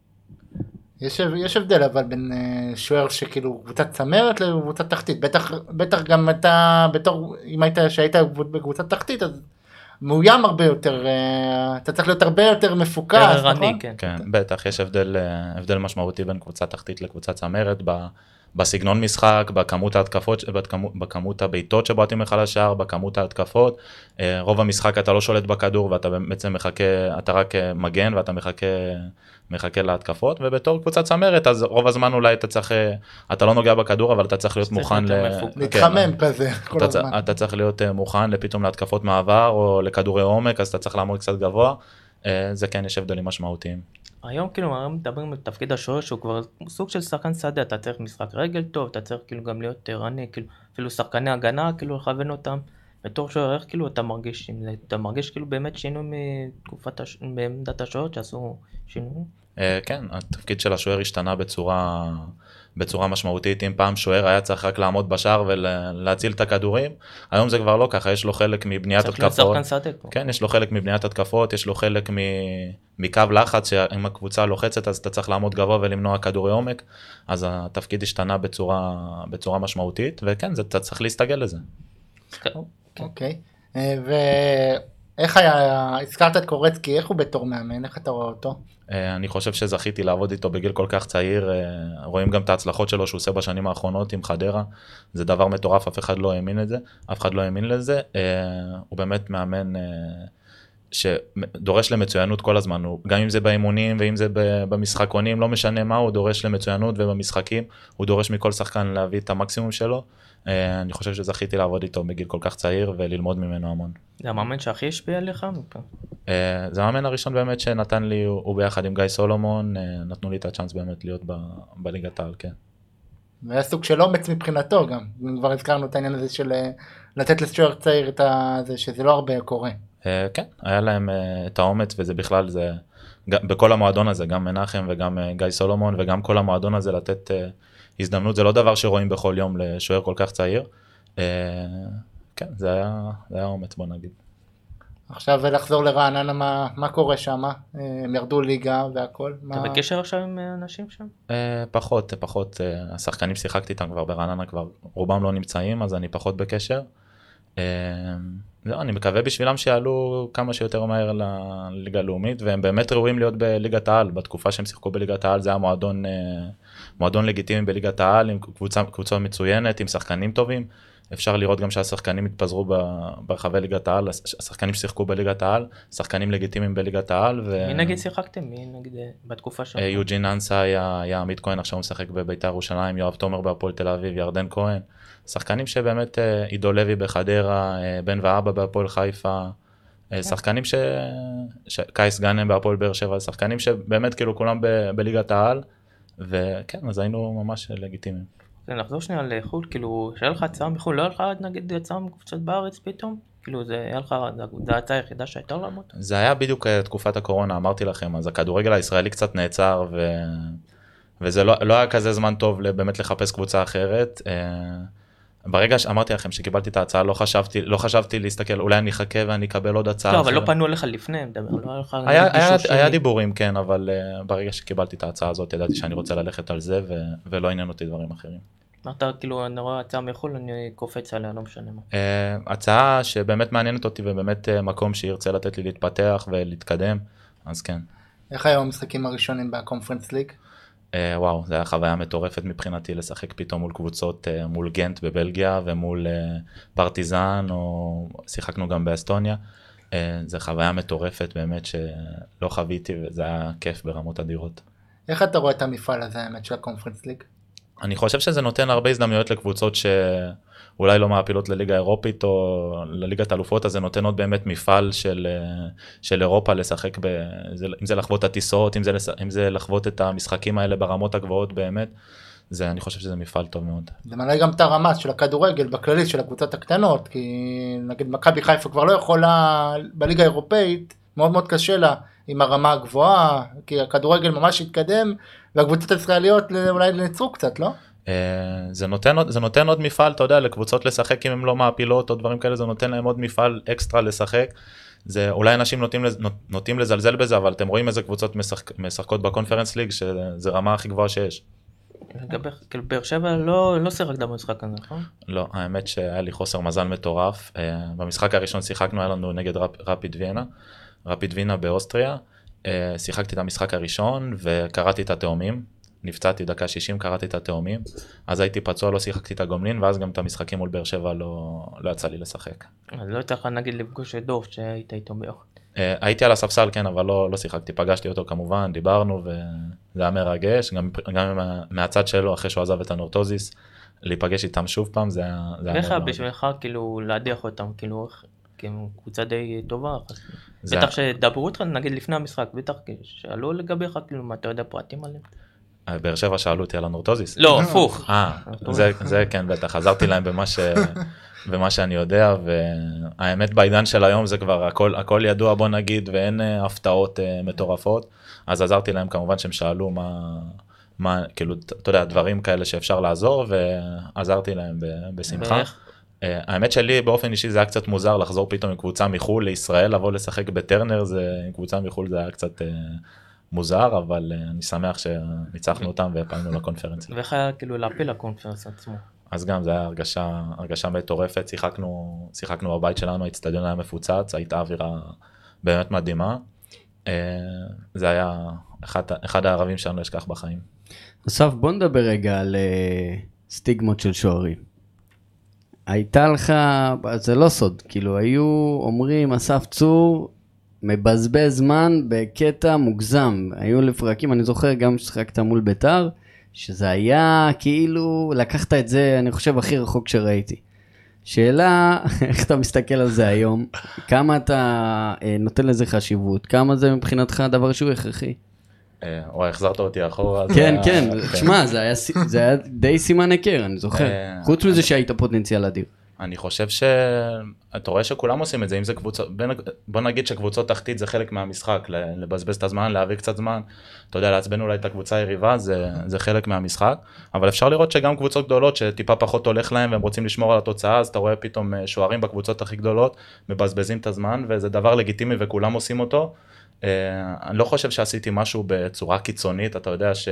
S2: יש, יש הבדל אבל בין שוער שכאילו קבוצת צמרת לקבוצת תחתית, בטח, בטח גם אתה, בתור, אם היית, שהיית בקבוצת תחתית, אז מאוים הרבה יותר, אתה צריך להיות הרבה יותר מפוקס, נכון?
S1: כן.
S3: כן, בטח, יש הבדל, הבדל משמעותי בין קבוצת תחתית לקבוצת צמרת, בסגנון משחק, בכמות ההתקפות, בכמות הבעיטות שבועטים לך לשער, בכמות ההתקפות, רוב המשחק אתה לא שולט בכדור ואתה בעצם מחכה, אתה רק מגן ואתה מחכה, מחכה להתקפות, ובתור קבוצת צמרת, אז רוב הזמן אולי אתה צריך, אתה לא נוגע בכדור, אבל אתה צריך להיות מוכן,
S2: להתחמם כזה, כל הזמן.
S3: אתה צריך להיות מוכן לפתאום להתקפות מעבר, או לכדורי עומק, אז אתה צריך לעמוד קצת גבוה, זה כן יש הבדלים משמעותיים.
S1: היום כאילו היום מדברים על תפקיד השוער שהוא כבר סוג של שחקן שדה, אתה צריך משחק רגל טוב, אתה צריך כאילו גם להיות ערני, כאילו אפילו שחקני הגנה כאילו לכוון אותם, בתור שוער איך כאילו אתה מרגיש עם זה, אתה מרגיש כאילו באמת שינוי מתקופת הש... בעמדת השוער שעשו שינוי?
S3: כן, התפקיד של השוער השתנה בצורה בצורה משמעותית, אם פעם שוער היה צריך רק לעמוד בשער ולהציל את הכדורים, היום זה כבר לא ככה, יש לו חלק מבניית התקפות, כן, יש לו חלק מבניית התקפות, יש לו חלק מקו לחץ, שאם הקבוצה לוחצת אז אתה צריך לעמוד גבוה ולמנוע כדורי עומק, אז התפקיד השתנה בצורה, בצורה משמעותית, וכן, אתה צריך להסתגל לזה.
S2: אוקיי, איך היה, הזכרת את קורצקי, איך הוא בתור מאמן, איך אתה רואה אותו?
S3: אני חושב שזכיתי לעבוד איתו בגיל כל כך צעיר, רואים גם את ההצלחות שלו שהוא עושה בשנים האחרונות עם חדרה, זה דבר מטורף, אף אחד לא האמין את זה, אף אחד לא האמין לזה, הוא באמת מאמן שדורש למצוינות כל הזמן, גם אם זה באימונים ואם זה במשחקונים, לא משנה מה, הוא דורש למצוינות ובמשחקים, הוא דורש מכל שחקן להביא את המקסימום שלו, אני חושב שזכיתי לעבוד איתו בגיל כל כך צעיר וללמוד ממנו המון.
S1: זה המאמן שהכי השפיע עליך?
S3: זה המאמן הראשון באמת שנתן לי, הוא ביחד עם גיא סולומון, נתנו לי את הצ'אנס באמת להיות בליגת העל, כן.
S2: והיה סוג של אומץ מבחינתו גם, כבר הזכרנו את העניין הזה של לתת לשוער צעיר את זה, שזה לא הרבה קורה.
S3: כן, היה להם את האומץ, וזה בכלל, זה, בכל המועדון הזה, גם מנחם וגם גיא סולומון, וגם כל המועדון הזה לתת הזדמנות, זה לא דבר שרואים בכל יום לשוער כל כך צעיר. כן, זה היה, זה היה אומץ, בוא נגיד.
S2: עכשיו לחזור לרעננה, מה, מה קורה שם? הם ירדו ליגה והכל?
S1: אתה
S2: מה...
S1: בקשר עכשיו עם אנשים שם?
S3: פחות, פחות. השחקנים שיחקתי איתם כבר ברעננה, כבר רובם לא נמצאים, אז אני פחות בקשר. לא, אני מקווה בשבילם שיעלו כמה שיותר מהר לליגה הלאומית, והם באמת ראויים להיות בליגת העל. בתקופה שהם שיחקו בליגת העל, זה היה מועדון, מועדון לגיטימי בליגת העל, עם קבוצה, קבוצה מצוינת, עם שחקנים טובים. אפשר לראות גם שהשחקנים התפזרו ברחבי ליגת העל, השחקנים ששיחקו בליגת העל, שחקנים לגיטימיים בליגת העל. ו...
S1: מי נגיד שיחקתם? מי נגיד בתקופה שלך?
S3: יוג'ין אנסה היה, היה עמית כהן, עכשיו הוא משחק בבית"ר ירושלים, יואב תומר בהפועל תל אביב, ירדן כהן, שחקנים שבאמת עידו לוי בחדרה, בן ואבא בהפועל חיפה, שחקנים ש... ש... קייס גאנם בהפועל באר שבע, שחקנים שבאמת כאילו כולם ב... בליגת העל, וכן, אז היינו ממש לגיטימיים.
S1: נחזור שנייה לחו"ל, כאילו, שהיה לך הצעה מחו"ל, לא היה לך נגיד הצעה מקבוצות בארץ פתאום? כאילו, זה היה לך, זה ההצעה היחידה שהייתה לעמוד?
S3: זה היה בדיוק תקופת הקורונה, אמרתי לכם, אז הכדורגל הישראלי קצת נעצר, ו... וזה לא, לא היה כזה זמן טוב באמת לחפש קבוצה אחרת. ברגע שאמרתי לכם שקיבלתי את ההצעה, לא חשבתי, לא חשבתי להסתכל, אולי אני אחכה ואני אקבל עוד הצעה.
S1: לא, אבל לא פנו אליך לפני, לא היה לך...
S3: היה, היה, היה דיבורים, כן, אבל uh, ברגע שקיבלתי את ההצעה הזאת, ידעתי שאני רוצה ללכת על זה, ו- ולא עניין אותי דברים אחרים.
S1: אתה כאילו, אני רואה הצעה מחול, אני קופץ עליה, לא משנה מה.
S3: Uh, הצעה שבאמת מעניינת אותי, ובאמת uh, מקום שירצה לתת לי להתפתח ולהתקדם, אז כן.
S2: איך היו המשחקים הראשונים בקונפרנס ליג?
S3: Uh, וואו, זו הייתה חוויה מטורפת מבחינתי לשחק פתאום מול קבוצות, uh, מול גנט בבלגיה ומול uh, פרטיזן, או שיחקנו גם באסטוניה. Uh, זו חוויה מטורפת באמת שלא חוויתי, וזה היה כיף ברמות אדירות.
S2: איך אתה רואה את המפעל הזה, האמת, של הקונפרנס ליג?
S3: אני חושב שזה נותן הרבה הזדמנויות לקבוצות שאולי לא מעפילות לליגה אירופית או לליגת אלופות, אז זה נותן עוד באמת מפעל של, של אירופה לשחק, ב, אם זה לחוות את הטיסות, אם זה, אם זה לחוות את המשחקים האלה ברמות הגבוהות באמת, זה, אני חושב שזה מפעל טוב מאוד.
S2: זה מלא גם את הרמה של הכדורגל בכללי של הקבוצות הקטנות, כי נגיד מכבי חיפה כבר לא יכולה בליגה האירופאית, מאוד מאוד קשה לה עם הרמה הגבוהה, כי הכדורגל ממש התקדם, והקבוצות הישראליות אולי נעצרו קצת, לא?
S3: זה נותן, זה נותן עוד מפעל, אתה יודע, לקבוצות לשחק אם הם לא מעפילות או דברים כאלה, זה נותן להם עוד מפעל אקסטרה לשחק. זה, אולי אנשים נוטים, נוטים לזלזל בזה, אבל אתם רואים איזה קבוצות משחק, משחקות בקונפרנס ליג, שזה רמה הכי גבוהה שיש.
S1: כאילו באר שבע לא, לא שיחק דם במשחק הזה, נכון?
S3: לא, האמת שהיה לי חוסר מזל מטורף. במשחק הראשון שיחקנו, היה לנו נגד רפ, רפיד וינה, רפיד וינה באוסטריה. שיחקתי את המשחק הראשון וקראתי את התאומים. נפצעתי דקה שישים, קראתי את התאומים. אז הייתי פצוע, לא שיחקתי את הגומלין, ואז גם את המשחקים מול באר שבע לא, לא יצא לי לשחק.
S1: אז לא צריך נגיד לפגוש את דוב שהיית איתו ביחד.
S3: הייתי על הספסל, כן, אבל לא, לא שיחקתי. פגשתי אותו כמובן, דיברנו, וזה היה מרגש. גם, גם מהצד שלו, אחרי שהוא עזב את הנורטוזיס, להיפגש איתם שוב פעם, זה היה מרגש.
S1: ואיך בשבילך, כאילו, להדיח אותם, כאילו, קבוצה די טובה. בטח שדברו אותך, נגיד לפני המשחק, בטח שאלו לגביך, כאילו, מה אתה יודע פרטים עליהם?
S3: באר שבע שאלו אותי על הנורטוזיס.
S1: לא, הפוך.
S3: אה, זה, זה כן, בטח, עזרתי להם במה ש... במה שאני יודע, והאמת בעידן של היום זה כבר הכל, הכל ידוע, בוא נגיד, ואין הפתעות מטורפות, אז עזרתי להם כמובן שהם שאלו מה, מה, כאילו, אתה יודע, דברים כאלה שאפשר לעזור, ועזרתי להם בשמחה.
S1: ואיך?
S3: האמת שלי באופן אישי זה היה קצת מוזר לחזור פתאום עם קבוצה מחול לישראל, לבוא לשחק בטרנר, זה, עם קבוצה מחול זה היה קצת מוזר, אבל אני שמח שניצחנו אותם והפלנו לקונפרנס.
S1: ואיך היה כאילו להפיל לקונפרנס עצמו?
S3: אז גם זה היה הרגשה, הרגשה מטורפת, שיחקנו, שיחקנו בבית שלנו, האצטדיון היה מפוצץ, הייתה אווירה באמת מדהימה. זה היה אחד, אחד הערבים שאני לא אשכח בחיים.
S5: אסף, בוא נדבר רגע על סטיגמות של שוערים. הייתה לך, זה לא סוד, כאילו היו אומרים, אסף צור מבזבז זמן בקטע מוגזם. היו לפרקים, אני זוכר גם ששחקת מול ביתר, שזה היה כאילו, לקחת את זה, אני חושב, הכי רחוק שראיתי. שאלה, איך אתה מסתכל על זה היום? כמה אתה נותן לזה חשיבות? כמה זה מבחינתך הדבר שהוא הכרחי?
S3: וואי, החזרת אותי אחורה.
S5: כן, כן, תשמע, זה היה די סימן הכר, אני זוכר. חוץ מזה שהיית פוטנציאל אדיר.
S3: אני חושב שאתה רואה שכולם עושים את זה, אם זה קבוצות, בוא נגיד שקבוצות תחתית זה חלק מהמשחק, לבזבז את הזמן, להביא קצת זמן, אתה יודע, לעצבן אולי את הקבוצה היריבה, זה, זה חלק מהמשחק, אבל אפשר לראות שגם קבוצות גדולות שטיפה פחות הולך להם והם רוצים לשמור על התוצאה, אז אתה רואה פתאום שוערים בקבוצות הכי גדולות, מבזבזים את הזמן, וזה דבר לגיטימי וכולם עושים אותו. אני לא חושב שעשיתי משהו בצורה קיצונית, אתה יודע ש...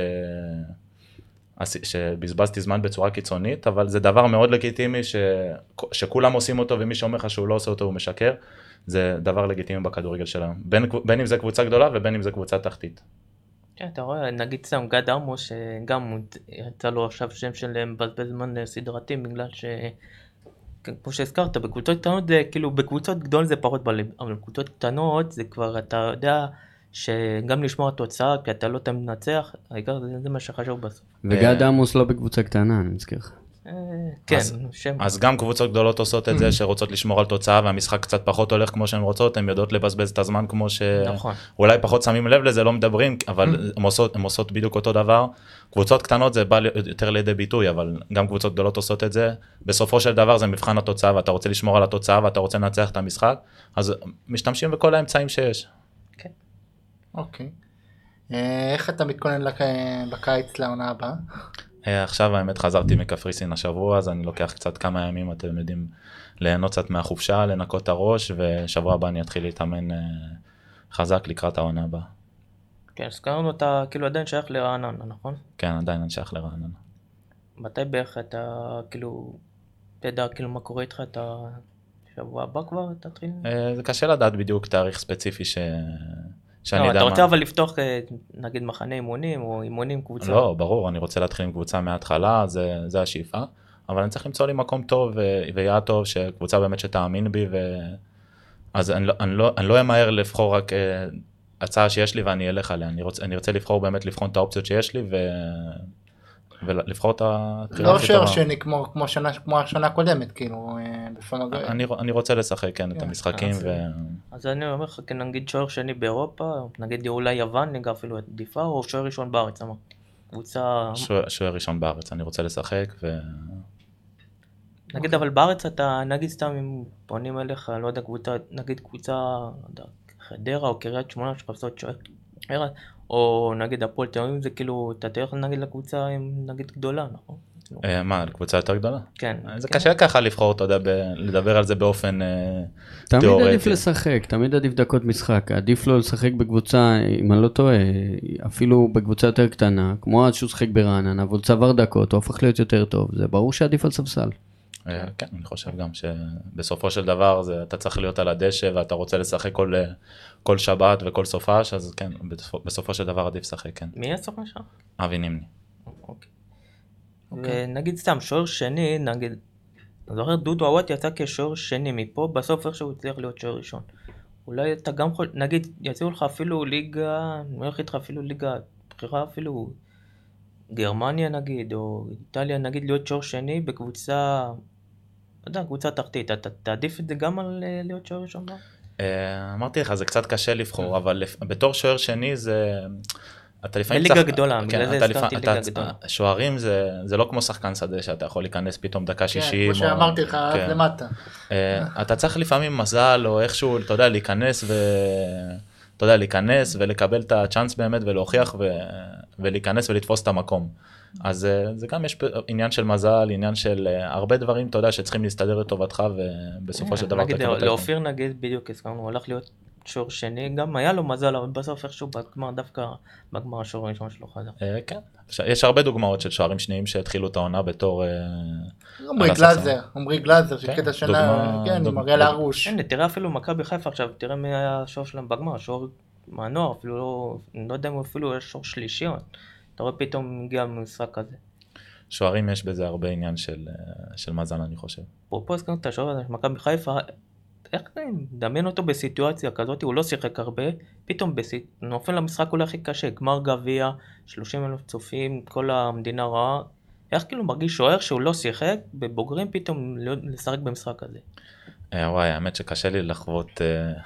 S3: שבזבזתי זמן בצורה קיצונית, אבל זה דבר מאוד לגיטימי ש... שכולם עושים אותו, ומי שאומר לך שהוא לא עושה אותו הוא משקר, זה דבר לגיטימי בכדורגל שלנו, בין, בין אם זה קבוצה גדולה ובין אם זה קבוצה תחתית.
S1: כן, אתה רואה, נגיד סתם גד עמוס, שגם יצא לו עכשיו שם של מבזבז זמן סדרתי, בגלל ש... כמו שהזכרת, בקבוצות קטנות זה, כאילו בקבוצות גדולות זה פחות בלב, אבל בקבוצות קטנות זה כבר, אתה יודע, שגם לשמוע תוצאה, כי אתה לא תמיד נצח, העיקר זה, זה מה שחשוב בסוף.
S5: וגד עמוס לא בקבוצה קטנה, אני מזכיר לך.
S1: כן,
S3: אז,
S1: שם.
S3: אז גם קבוצות גדולות עושות את זה, שרוצות לשמור על תוצאה, והמשחק קצת פחות הולך כמו שהן רוצות, הן יודעות לבזבז את הזמן כמו ש...
S1: נכון.
S3: אולי פחות שמים לב לזה, לא מדברים, אבל הן עושות, הן עושות בדיוק אותו דבר. קבוצות קטנות זה בא יותר לידי ביטוי, אבל גם קבוצות גדולות עושות את זה. בסופו של דבר זה מבחן התוצאה, ואתה רוצה לשמור על התוצאה, ואתה רוצה לנצח את המשחק, אז משתמשים בכל האמצעים שיש.
S1: כן.
S2: אוקיי. איך אתה מתכונן בקיץ לעונה הבאה?
S3: עכשיו האמת חזרתי מקפריסין השבוע, אז אני לוקח קצת כמה ימים, אתם יודעים, ליהנות קצת מהחופשה, לנקות את הראש, ושבוע הבא אני אתחיל להתאמן חזק לקראת העונה הבאה.
S1: כן, אז קראנו אותה, כאילו עדיין שייך לרעננה, נכון?
S3: כן, עדיין אני שייך לרעננה.
S1: מתי בערך אתה, כאילו, תדע, כאילו, מה קורה איתך, אתה שבוע הבא כבר תתחיל?
S3: זה קשה לדעת בדיוק תאריך ספציפי ש...
S1: לא, אתה רוצה אבל לפתוח נגיד מחנה אימונים או אימונים קבוצה?
S3: לא, ברור, אני רוצה להתחיל עם קבוצה מההתחלה, זה, זה השאיפה, אבל אני צריך למצוא לי מקום טוב ויעד טוב, שקבוצה באמת שתאמין בי, ו... אז אני לא, אני לא, אני לא אמהר לבחור רק הצעה שיש לי ואני אלך עליה, אני רוצה, אני רוצה לבחור באמת, לבחון את האופציות שיש לי, ו... ולבחור את ה...
S2: לא שוער שני כמו, כמו שנה, כמו השנה הקודמת, כאילו, בפנוגריה.
S3: אני, אני רוצה לשחק, כן, את המשחקים, ו...
S1: אז אני אומר לך, נגיד שוער שני באירופה, נגיד אולי יוון, נגיד אפילו עדיפה, או שוער ראשון בארץ, אמר. קבוצה...
S3: שוער ראשון בארץ, אני רוצה לשחק, ו...
S1: נגיד, אבל בארץ אתה, נגיד סתם אם פונים אליך, לא יודע, קבוצה, נגיד קבוצה, חדרה או קריית שמונה, שחפשות שוער, או נגיד הפועל תל אביב, זה כאילו, אתה תלך נגיד לקבוצה עם נגיד גדולה, נכון?
S3: מה, לקבוצה יותר גדולה?
S1: כן.
S3: זה קשה ככה לבחור, אתה יודע, לדבר על זה באופן תיאורטי.
S5: תמיד עדיף לשחק, תמיד עדיף דקות משחק, עדיף לו לשחק בקבוצה, אם אני לא טועה, אפילו בקבוצה יותר קטנה, כמו אז שהוא שחק ברעננה, אבל צבר דקות, הוא הפך להיות יותר טוב, זה ברור שעדיף על ספסל.
S3: כן, אני חושב גם שבסופו של דבר אתה צריך להיות על הדשא ואתה רוצה לשחק כל, כל שבת וכל סופש, אז כן, בסופו של דבר עדיף לשחק, כן.
S1: מי הסוכן שם?
S3: אבי נימני.
S1: אוקיי. ונגיד סתם, שוער שני, נגיד, אני זוכר דודו עוואט יצא כשוער שני מפה, בסוף איכשהו הצליח להיות שוער ראשון. אולי אתה גם יכול, נגיד, יציעו לך אפילו ליגה, אני הולך איתך אפילו ליגה, בחירה אפילו גרמניה נגיד, או איטליה נגיד, להיות שוער שני בקבוצה, לא יודע, קבוצה תחתית, אתה תעדיף את זה גם על להיות שוער ראשון בה?
S3: אמרתי לך, זה קצת קשה לבחור, אבל בתור שוער שני זה... אתה לפעמים
S1: בליגה גדולה, בגלל זה הזכרתי ליגה גדולה.
S3: שוערים זה לא כמו שחקן שדה שאתה יכול להיכנס פתאום דקה שישים.
S2: כמו שאמרתי לך, אז למטה.
S3: אתה צריך לפעמים מזל או איכשהו, אתה יודע, להיכנס ו... אתה יודע, להיכנס ולקבל את הצ'אנס באמת ולהוכיח ולהיכנס ולתפוס את המקום. אז זה גם יש עניין של מזל, עניין של הרבה דברים, אתה יודע, שצריכים להסתדר לטובתך ובסופו של דבר...
S1: לאופיר נגיד, בדיוק הזכרנו, הוא הולך להיות שוער שני, גם היה לו מזל, אבל בסוף איכשהו בגמר, דווקא בגמר השוער הראשון שלו חזר.
S3: כן, יש הרבה דוגמאות של שוערים שניים שהתחילו את העונה בתור...
S2: עמרי גלאזר, עמרי גלאזר, שקטע שנה, כן, עם אריאל הרוש.
S1: הנה, תראה אפילו מכבי חיפה עכשיו, תראה מי היה השוער שלהם בגמר, שוער מהנוער, אפילו לא, לא יודע אם הוא אפילו היה שוער שלישי, אתה רואה פתאום הגיע משחק כזה.
S3: שוערים יש בזה הרבה עניין של, של מזל, אני חושב.
S1: פה הזכרנו את השוער הזה, מכבי חיפה, איך זה, דמיין אותו בסיטואציה כזאת, הוא לא שיחק הרבה, פתאום בסיט... נופל למשחק אולי הכי קשה, גמר גביע, שלושים אלף צופים, כל המדינה רעה, איך כאילו מרגיש שוער שהוא לא שיחק, בבוגרים פתאום לשחק במשחק הזה.
S3: וואי, האמת שקשה לי לחוות,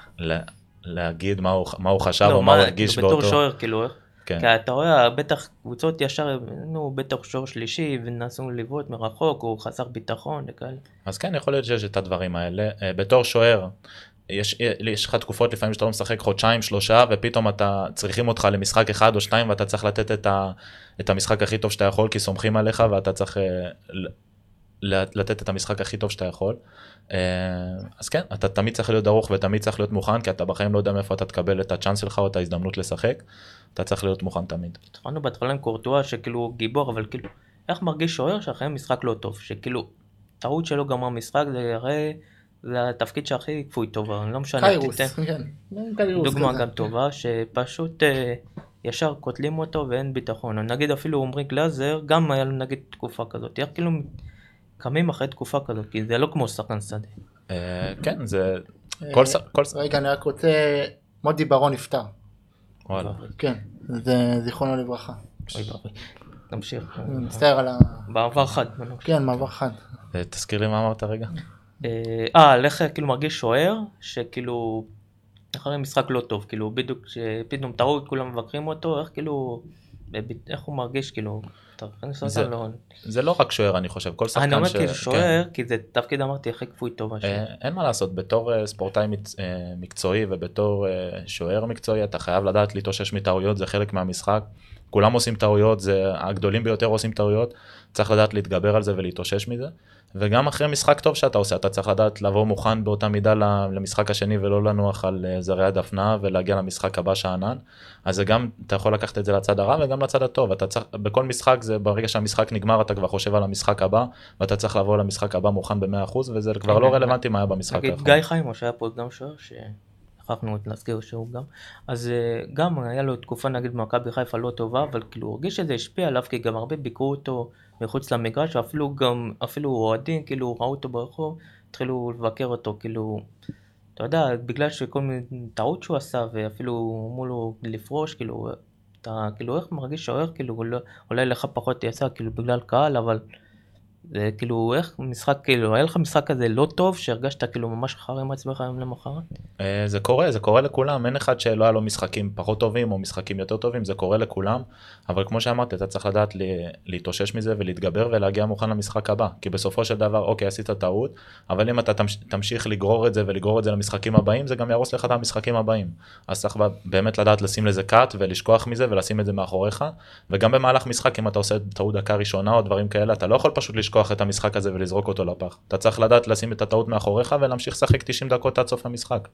S3: להגיד מה הוא, מה הוא חשב או מה הוא הרגיש באותו...
S1: בתור שוער, כאילו, איך? כי אתה רואה, בטח קבוצות ישר, נו, בטח שוער שלישי, ונסו לבעוט מרחוק, הוא חסר ביטחון וכאלה.
S3: אז כן, יכול להיות שיש את הדברים האלה. בתור שוער, יש, יש לך תקופות לפעמים שאתה לא משחק חודשיים, שלושה, ופתאום אתה צריכים אותך למשחק אחד או שתיים, ואתה צריך לתת את, ה, את המשחק הכי טוב שאתה יכול, כי סומכים עליך, ואתה צריך לתת את המשחק הכי טוב שאתה יכול. אז כן, אתה תמיד צריך להיות דרוך ותמיד צריך להיות מוכן, כי אתה בחיים לא יודע מאיפה אתה תקבל את הצ'אנס שלך או את ההזדמנות לשחק, אתה צריך להיות מוכן תמיד.
S1: התחלנו בהתחלה עם קורטואה שכאילו גיבור, אבל כאילו, איך מרגיש שוער שאחרי משחק לא טוב, שכאילו, טעות שלו גמר משחק, זה הרי, זה התפקיד שהכי כפוי טובה, לא משנה.
S2: קיירוס, כן.
S1: דוגמה גם טובה, שפשוט ישר קוטלים אותו ואין ביטחון. נגיד אפילו עמרי גלאזר, גם היה לו נגיד תקופה כזאת, איך כאילו קמים אחרי תקופה כזאת, כי זה לא כמו שחקן שדה.
S3: כן, זה...
S2: רגע, אני רק רוצה... מודי ברון נפטר.
S3: וואלה.
S2: כן, זה זיכרונו לברכה.
S1: אוי ברבי, נמשיך.
S2: מצטער על ה...
S1: בעבר חד.
S2: כן, מעבר חד.
S3: תזכיר לי מה אמרת רגע.
S1: אה, לך כאילו מרגיש שוער, שכאילו... אחרי משחק לא טוב, כאילו בדיוק שפתאום טעות, כולם מבקרים אותו, איך כאילו... איך הוא מרגיש כאילו...
S3: זה, זה לא רק שוער, אני חושב, כל שחקן ש...
S1: אני אומר כאילו שוער, כי זה תפקיד אמרתי הכי כפוי טוב.
S3: אין מה לעשות, בתור ספורטאי מקצועי ובתור שוער מקצועי, אתה חייב לדעת להתאושש מטעויות, זה חלק מהמשחק, כולם עושים טעויות, זה הגדולים ביותר עושים טעויות, צריך לדעת להתגבר על זה ולהתאושש מזה, וגם אחרי משחק טוב שאתה עושה, אתה צריך לדעת לבוא מוכן באותה מידה למשחק השני ולא לנוח על זרי הדפנה ולהגיע למשחק הבא שענן, אז זה גם, אתה יכול לקחת את זה לצד הרע וגם לצד הטוב, אתה צריך, בכל משחק זה ברגע שהמשחק נגמר אתה כבר חושב על המשחק הבא, ואתה צריך לבוא למשחק הבא מוכן ב-מאה אחוז, וזה כבר לא רלוונטי מה היה במשחק האחרון.
S1: נגיד גיא חיימו שהיה פה גם שוער, שכחנו להזכיר שהוא גם, אז גם היה לו תקופה נגיד במכבי חיפה לא טובה, אבל כאילו הוא הרגיש שזה השפיע עליו, כי גם הרבה ביקרו אותו מחוץ למגרש, ואפילו גם, אפילו אוהדים, כאילו ראו אותו ברחוב, התחילו לבקר אותו, כאילו, אתה יודע, בגלל שכל מיני טעות שהוא עשה, ואפילו אמרו לו לפרוש, כאילו, אתה כאילו איך מרגיש שוער, כאילו, אולי לך פחות יצא, כאילו, בגלל קהל, אבל זה כאילו, איך משחק, כאילו, היה לך משחק כזה לא טוב, שהרגשת כאילו ממש חר עם עצמך היום למחרת?
S3: זה קורה, זה קורה לכולם, אין אחד שלא היה לו משחקים פחות טובים, או משחקים יותר טובים, זה קורה לכולם, אבל כמו שאמרתי, אתה צריך לדעת להתאושש מזה, ולהתגבר ולהגיע מוכן למשחק הבא, כי בסופו של דבר, אוקיי, עשית טעות, אבל אם אתה תמשיך לגרור את זה, ולגרור את זה למשחקים הבאים, זה גם ירוס לך את המשחקים הבאים. אז צריך באמת לדעת לשים לזה קאט, ולשכוח מזה, ולשים את זה מאחוריך, וגם במהלך משחק, אם אתה עושה טעות דקה ראשונה או דברים כאלה, אתה לא יכול פשוט לשכוח את המשחק הזה ולזרוק אותו לפח. אתה צריך לדעת לשים את הטעות מאחוריך ולהמשיך לשחק תשעים דקות עד סוף המשחק.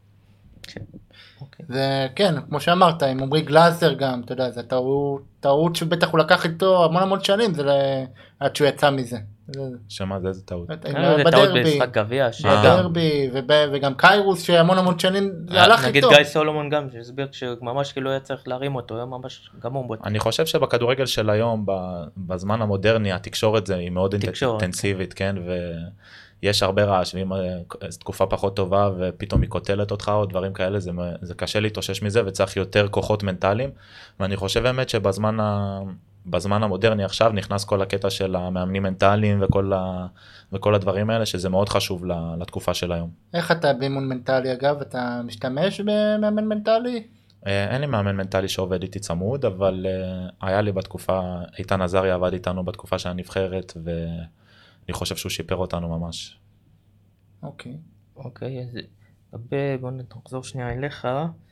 S2: זה כן, כמו שאמרת, עם עמרי גלאזר גם, אתה יודע, זה טעות שבטח הוא לקח איתו המון המון שנים, זה עד שהוא יצא מזה.
S3: שמה זה איזה טעות?
S1: זה טעות במשחק גביע.
S2: בדרבי, וגם קיירוס שהמון המון שנים זה הלך איתו.
S1: נגיד גיא סולומון גם, שהסביר שממש כאילו היה צריך להרים אותו, היה ממש גמור בו.
S3: אני חושב שבכדורגל של היום, בזמן המודרני, התקשורת זה היא מאוד אינטנסיבית, כן, ויש הרבה רעש, ואם תקופה פחות טובה ופתאום היא קוטלת אותך או דברים כאלה, זה קשה להתאושש מזה וצריך יותר כוחות מנטליים, ואני חושב באמת שבזמן ה... בזמן המודרני עכשיו נכנס כל הקטע של המאמנים מנטליים וכל, ה... וכל הדברים האלה, שזה מאוד חשוב לתקופה של היום.
S2: איך אתה באימון מנטלי אגב? אתה משתמש במאמן מנטלי?
S3: אין לי מאמן מנטלי שעובד איתי צמוד, אבל היה לי בתקופה, איתן עזריה עבד איתנו בתקופה של הנבחרת, ואני חושב שהוא שיפר אותנו ממש.
S2: אוקיי.
S1: אוקיי, אז בוא נחזור שנייה אליך.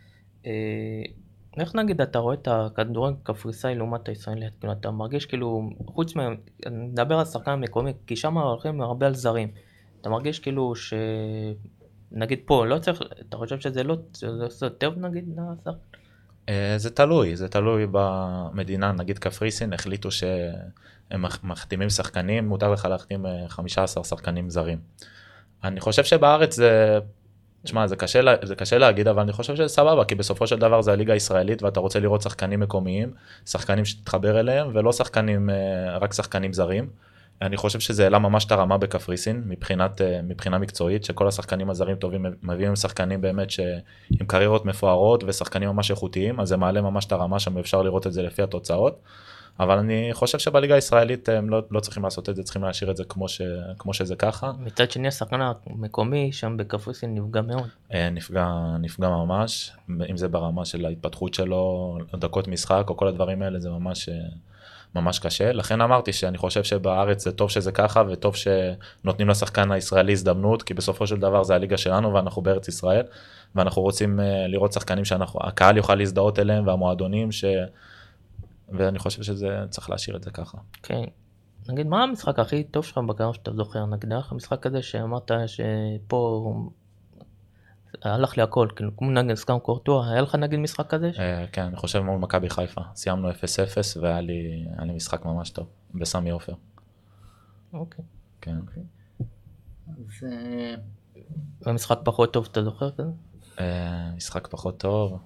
S1: איך נגיד אתה רואה את הכדורגל קפריסאי לעומת הישראלית? כאילו אתה מרגיש כאילו, חוץ מה... נדבר על שחקן מקומי, כי שם הולכים הרבה על זרים. אתה מרגיש כאילו ש... נגיד פה, לא צריך, אתה חושב שזה לא, זה עושה טוב נגיד לשר?
S3: זה תלוי, זה תלוי במדינה, נגיד קפריסין החליטו שהם מחתימים שחקנים, מותר לך להחתים חמישה עשר שחקנים זרים. אני חושב שבארץ זה, תשמע, זה קשה, זה קשה להגיד, אבל אני חושב שזה סבבה, כי בסופו של דבר זה הליגה הישראלית, ואתה רוצה לראות שחקנים מקומיים, שחקנים שתתחבר אליהם, ולא שחקנים, רק שחקנים זרים. אני חושב שזה העלה ממש את הרמה בקפריסין, מבחינת, מבחינה מקצועית, שכל השחקנים הזרים טובים מביאים שחקנים באמת עם קריירות מפוארות ושחקנים ממש איכותיים, אז זה מעלה ממש את הרמה שם, אפשר לראות את זה לפי התוצאות. אבל אני חושב שבליגה הישראלית הם לא, לא צריכים לעשות את זה, צריכים להשאיר את זה כמו, ש, כמו שזה ככה.
S1: מצד שני, השחקן המקומי שם בקפריסין נפגע מאוד.
S3: נפגע, נפגע ממש, אם זה ברמה של ההתפתחות שלו, דקות משחק או כל הדברים האלה, זה ממש... ממש קשה, לכן אמרתי שאני חושב שבארץ זה טוב שזה ככה, וטוב שנותנים לשחקן הישראלי הזדמנות, כי בסופו של דבר זה הליגה שלנו, ואנחנו בארץ ישראל, ואנחנו רוצים לראות שחקנים שהקהל יוכל להזדהות אליהם, והמועדונים, ש... ואני חושב שזה צריך להשאיר את זה ככה.
S1: כן, נגיד, מה המשחק הכי טוב שלך בקריירה שאתה זוכר? נגיד, היה לך המשחק כזה שאמרת שפה... הלך לי הכל, כאילו, כמו נגד סקאם קורטואה, היה לך נגיד משחק כזה?
S3: כן, אני חושב מול מכבי חיפה, סיימנו אפס אפס והיה לי משחק ממש טוב, בסמי עופר.
S1: אוקיי.
S3: כן.
S2: אז...
S1: ומשחק פחות טוב, אתה זוכר כזה?
S3: משחק פחות טוב.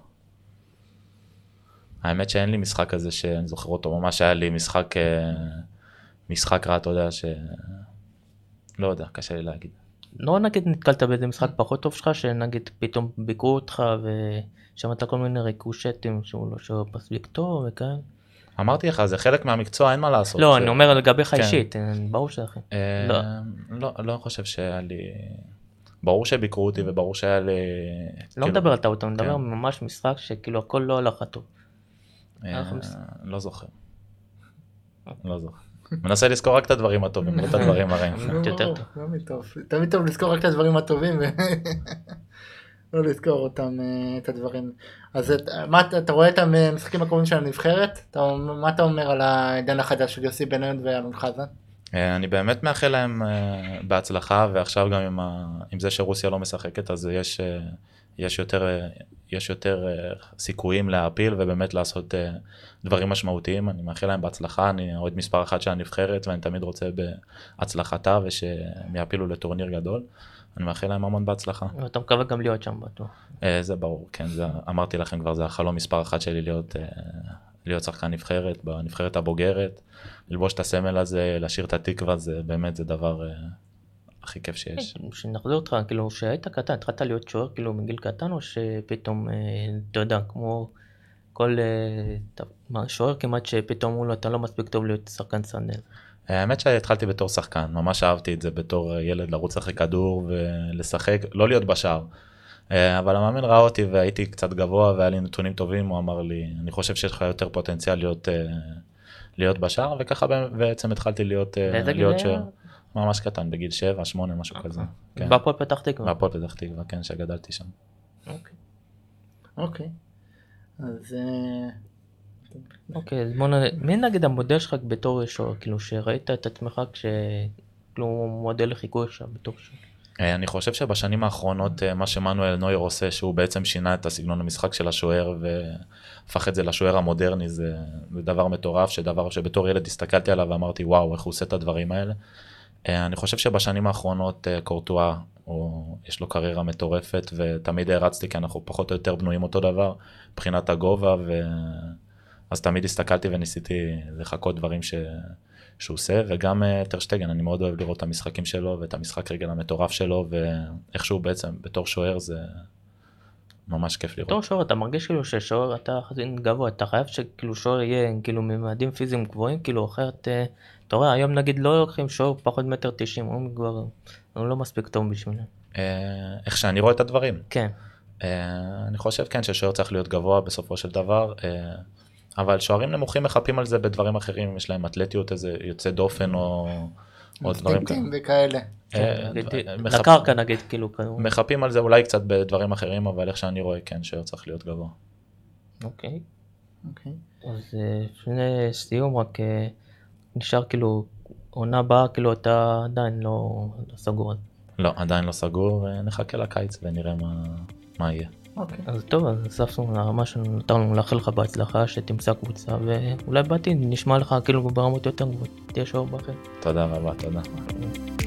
S3: האמת שאין לי משחק כזה שאני זוכר אותו, ממש היה לי משחק, משחק רע, אתה יודע, ש... לא יודע, קשה לי להגיד.
S1: לא נגיד נתקלת באיזה משחק פחות טוב שלך, שנגיד פתאום ביקרו אותך ושמעת כל מיני ריקושטים שהוא לא שואר פסליק טוב וכאלה.
S3: אמרתי לך, זה חלק מהמקצוע, אין מה לעשות.
S1: לא, אני אומר לגביך אישית, ברור שלכם.
S3: לא, לא חושב שהיה לי... ברור שביקרו אותי וברור שהיה לי...
S1: לא מדבר על טעות, אני מדבר ממש משחק שכאילו הכל לא הלך טוב.
S3: לא זוכר. לא זוכר. מנסה לזכור רק את הדברים הטובים, לא את הדברים הרעים.
S2: תמיד טוב לזכור רק את הדברים הטובים, ולא לזכור אותם, את הדברים. אז אתה רואה את המשחקים הקרובים של הנבחרת? מה אתה אומר על העידן החדש של יוסי בניון ואלון חזן?
S3: אני באמת מאחל להם בהצלחה, ועכשיו גם עם זה שרוסיה לא משחקת, אז יש... יש יותר, יש יותר סיכויים להפיל ובאמת לעשות דברים משמעותיים. אני מאחל להם בהצלחה, אני אוהד מספר אחת של הנבחרת ואני תמיד רוצה בהצלחתה ושהם יפילו לטורניר גדול. אני מאחל להם המון בהצלחה.
S1: ואתה מקווה גם להיות שם בטוח.
S3: זה ברור, כן, זה, אמרתי לכם כבר, זה החלום מספר אחת שלי להיות, להיות שחקן נבחרת, בנבחרת הבוגרת, ללבוש את הסמל הזה, לשיר את התקווה, זה באמת זה דבר... הכי כיף שיש.
S1: שנחזור אותך, כאילו, שהיית קטן, התחלת להיות שוער, כאילו, מגיל קטן, או שפתאום, אתה יודע, כמו כל שוער כמעט שפתאום אמרו לו, אתה לא מספיק טוב להיות שחקן סנדל.
S3: האמת שהתחלתי בתור שחקן, ממש אהבתי את זה בתור ילד, לרוץ אחרי כדור ולשחק, לא להיות בשער. אבל המאמן ראה אותי והייתי קצת גבוה והיה לי נתונים טובים, הוא אמר לי, אני חושב שיש לך יותר פוטנציאל להיות, להיות בשער, וככה בעצם התחלתי להיות, להיות שוער. ממש קטן, בגיל שבע, שמונה, משהו כזה.
S1: בהפועל פתח תקווה.
S3: בהפועל פתח תקווה, כן, שגדלתי שם.
S2: אוקיי. אוקיי. אז...
S1: אוקיי, אז בוא נראה, מי נגיד המודל שלך בתור שוער, כאילו שראית את עצמך כשכאילו מודל לחיקוי שם בתור שוער?
S3: אני חושב שבשנים האחרונות מה שמנואל נויר עושה, שהוא בעצם שינה את הסגנון המשחק של השוער והפך את זה לשוער המודרני, זה דבר מטורף, שדבר שבתור ילד הסתכלתי עליו ואמרתי וואו, איך הוא עושה את הדברים האלה. אני חושב שבשנים האחרונות קורטואה, יש לו קריירה מטורפת, ותמיד הרצתי, כי אנחנו פחות או יותר בנויים אותו דבר, מבחינת הגובה, ו... אז תמיד הסתכלתי וניסיתי לחכות דברים ש... שהוא עושה, וגם טרשטגן, אני מאוד אוהב לראות את המשחקים שלו, ואת המשחק רגל המטורף שלו, ואיך שהוא בעצם, בתור שוער זה ממש כיף לראות.
S1: בתור שוער, אתה מרגיש כאילו ששוער, אתה חזין גבוה, אתה חייב שכאילו שוער יהיה כאילו ממדים פיזיים גבוהים, כאילו אחרת... אתה רואה, היום נגיד לא לוקחים שוער פחות מטר תשעים, הוא כבר הוא לא מספיק טוב בשבילה.
S3: איך שאני רואה את הדברים?
S1: כן.
S3: אני חושב כן ששוער צריך להיות גבוה בסופו של דבר, אבל שוערים נמוכים מחפים על זה בדברים אחרים, יש להם אתלטיות איזה יוצא דופן או דברים
S2: כאלה.
S1: לקרקע נגיד כאילו.
S3: מחפים על זה אולי קצת בדברים אחרים, אבל איך שאני רואה כן שוער צריך להיות גבוה.
S1: אוקיי. אוקיי. אז לפני סיום רק... נשאר כאילו, עונה הבאה, כאילו אתה עדיין לא, לא סגור.
S3: לא, עדיין לא סגור, נחכה לקיץ ונראה מה, מה יהיה.
S2: אוקיי.
S1: אז טוב, אז אספנו לרמה שנותר לנו לאחל לך בהצלחה, שתמצא קבוצה, ואולי בעתיד נשמע לך כאילו ברמות יותר גבוהות, תהיה שוער בכיר.
S3: תודה רבה, תודה.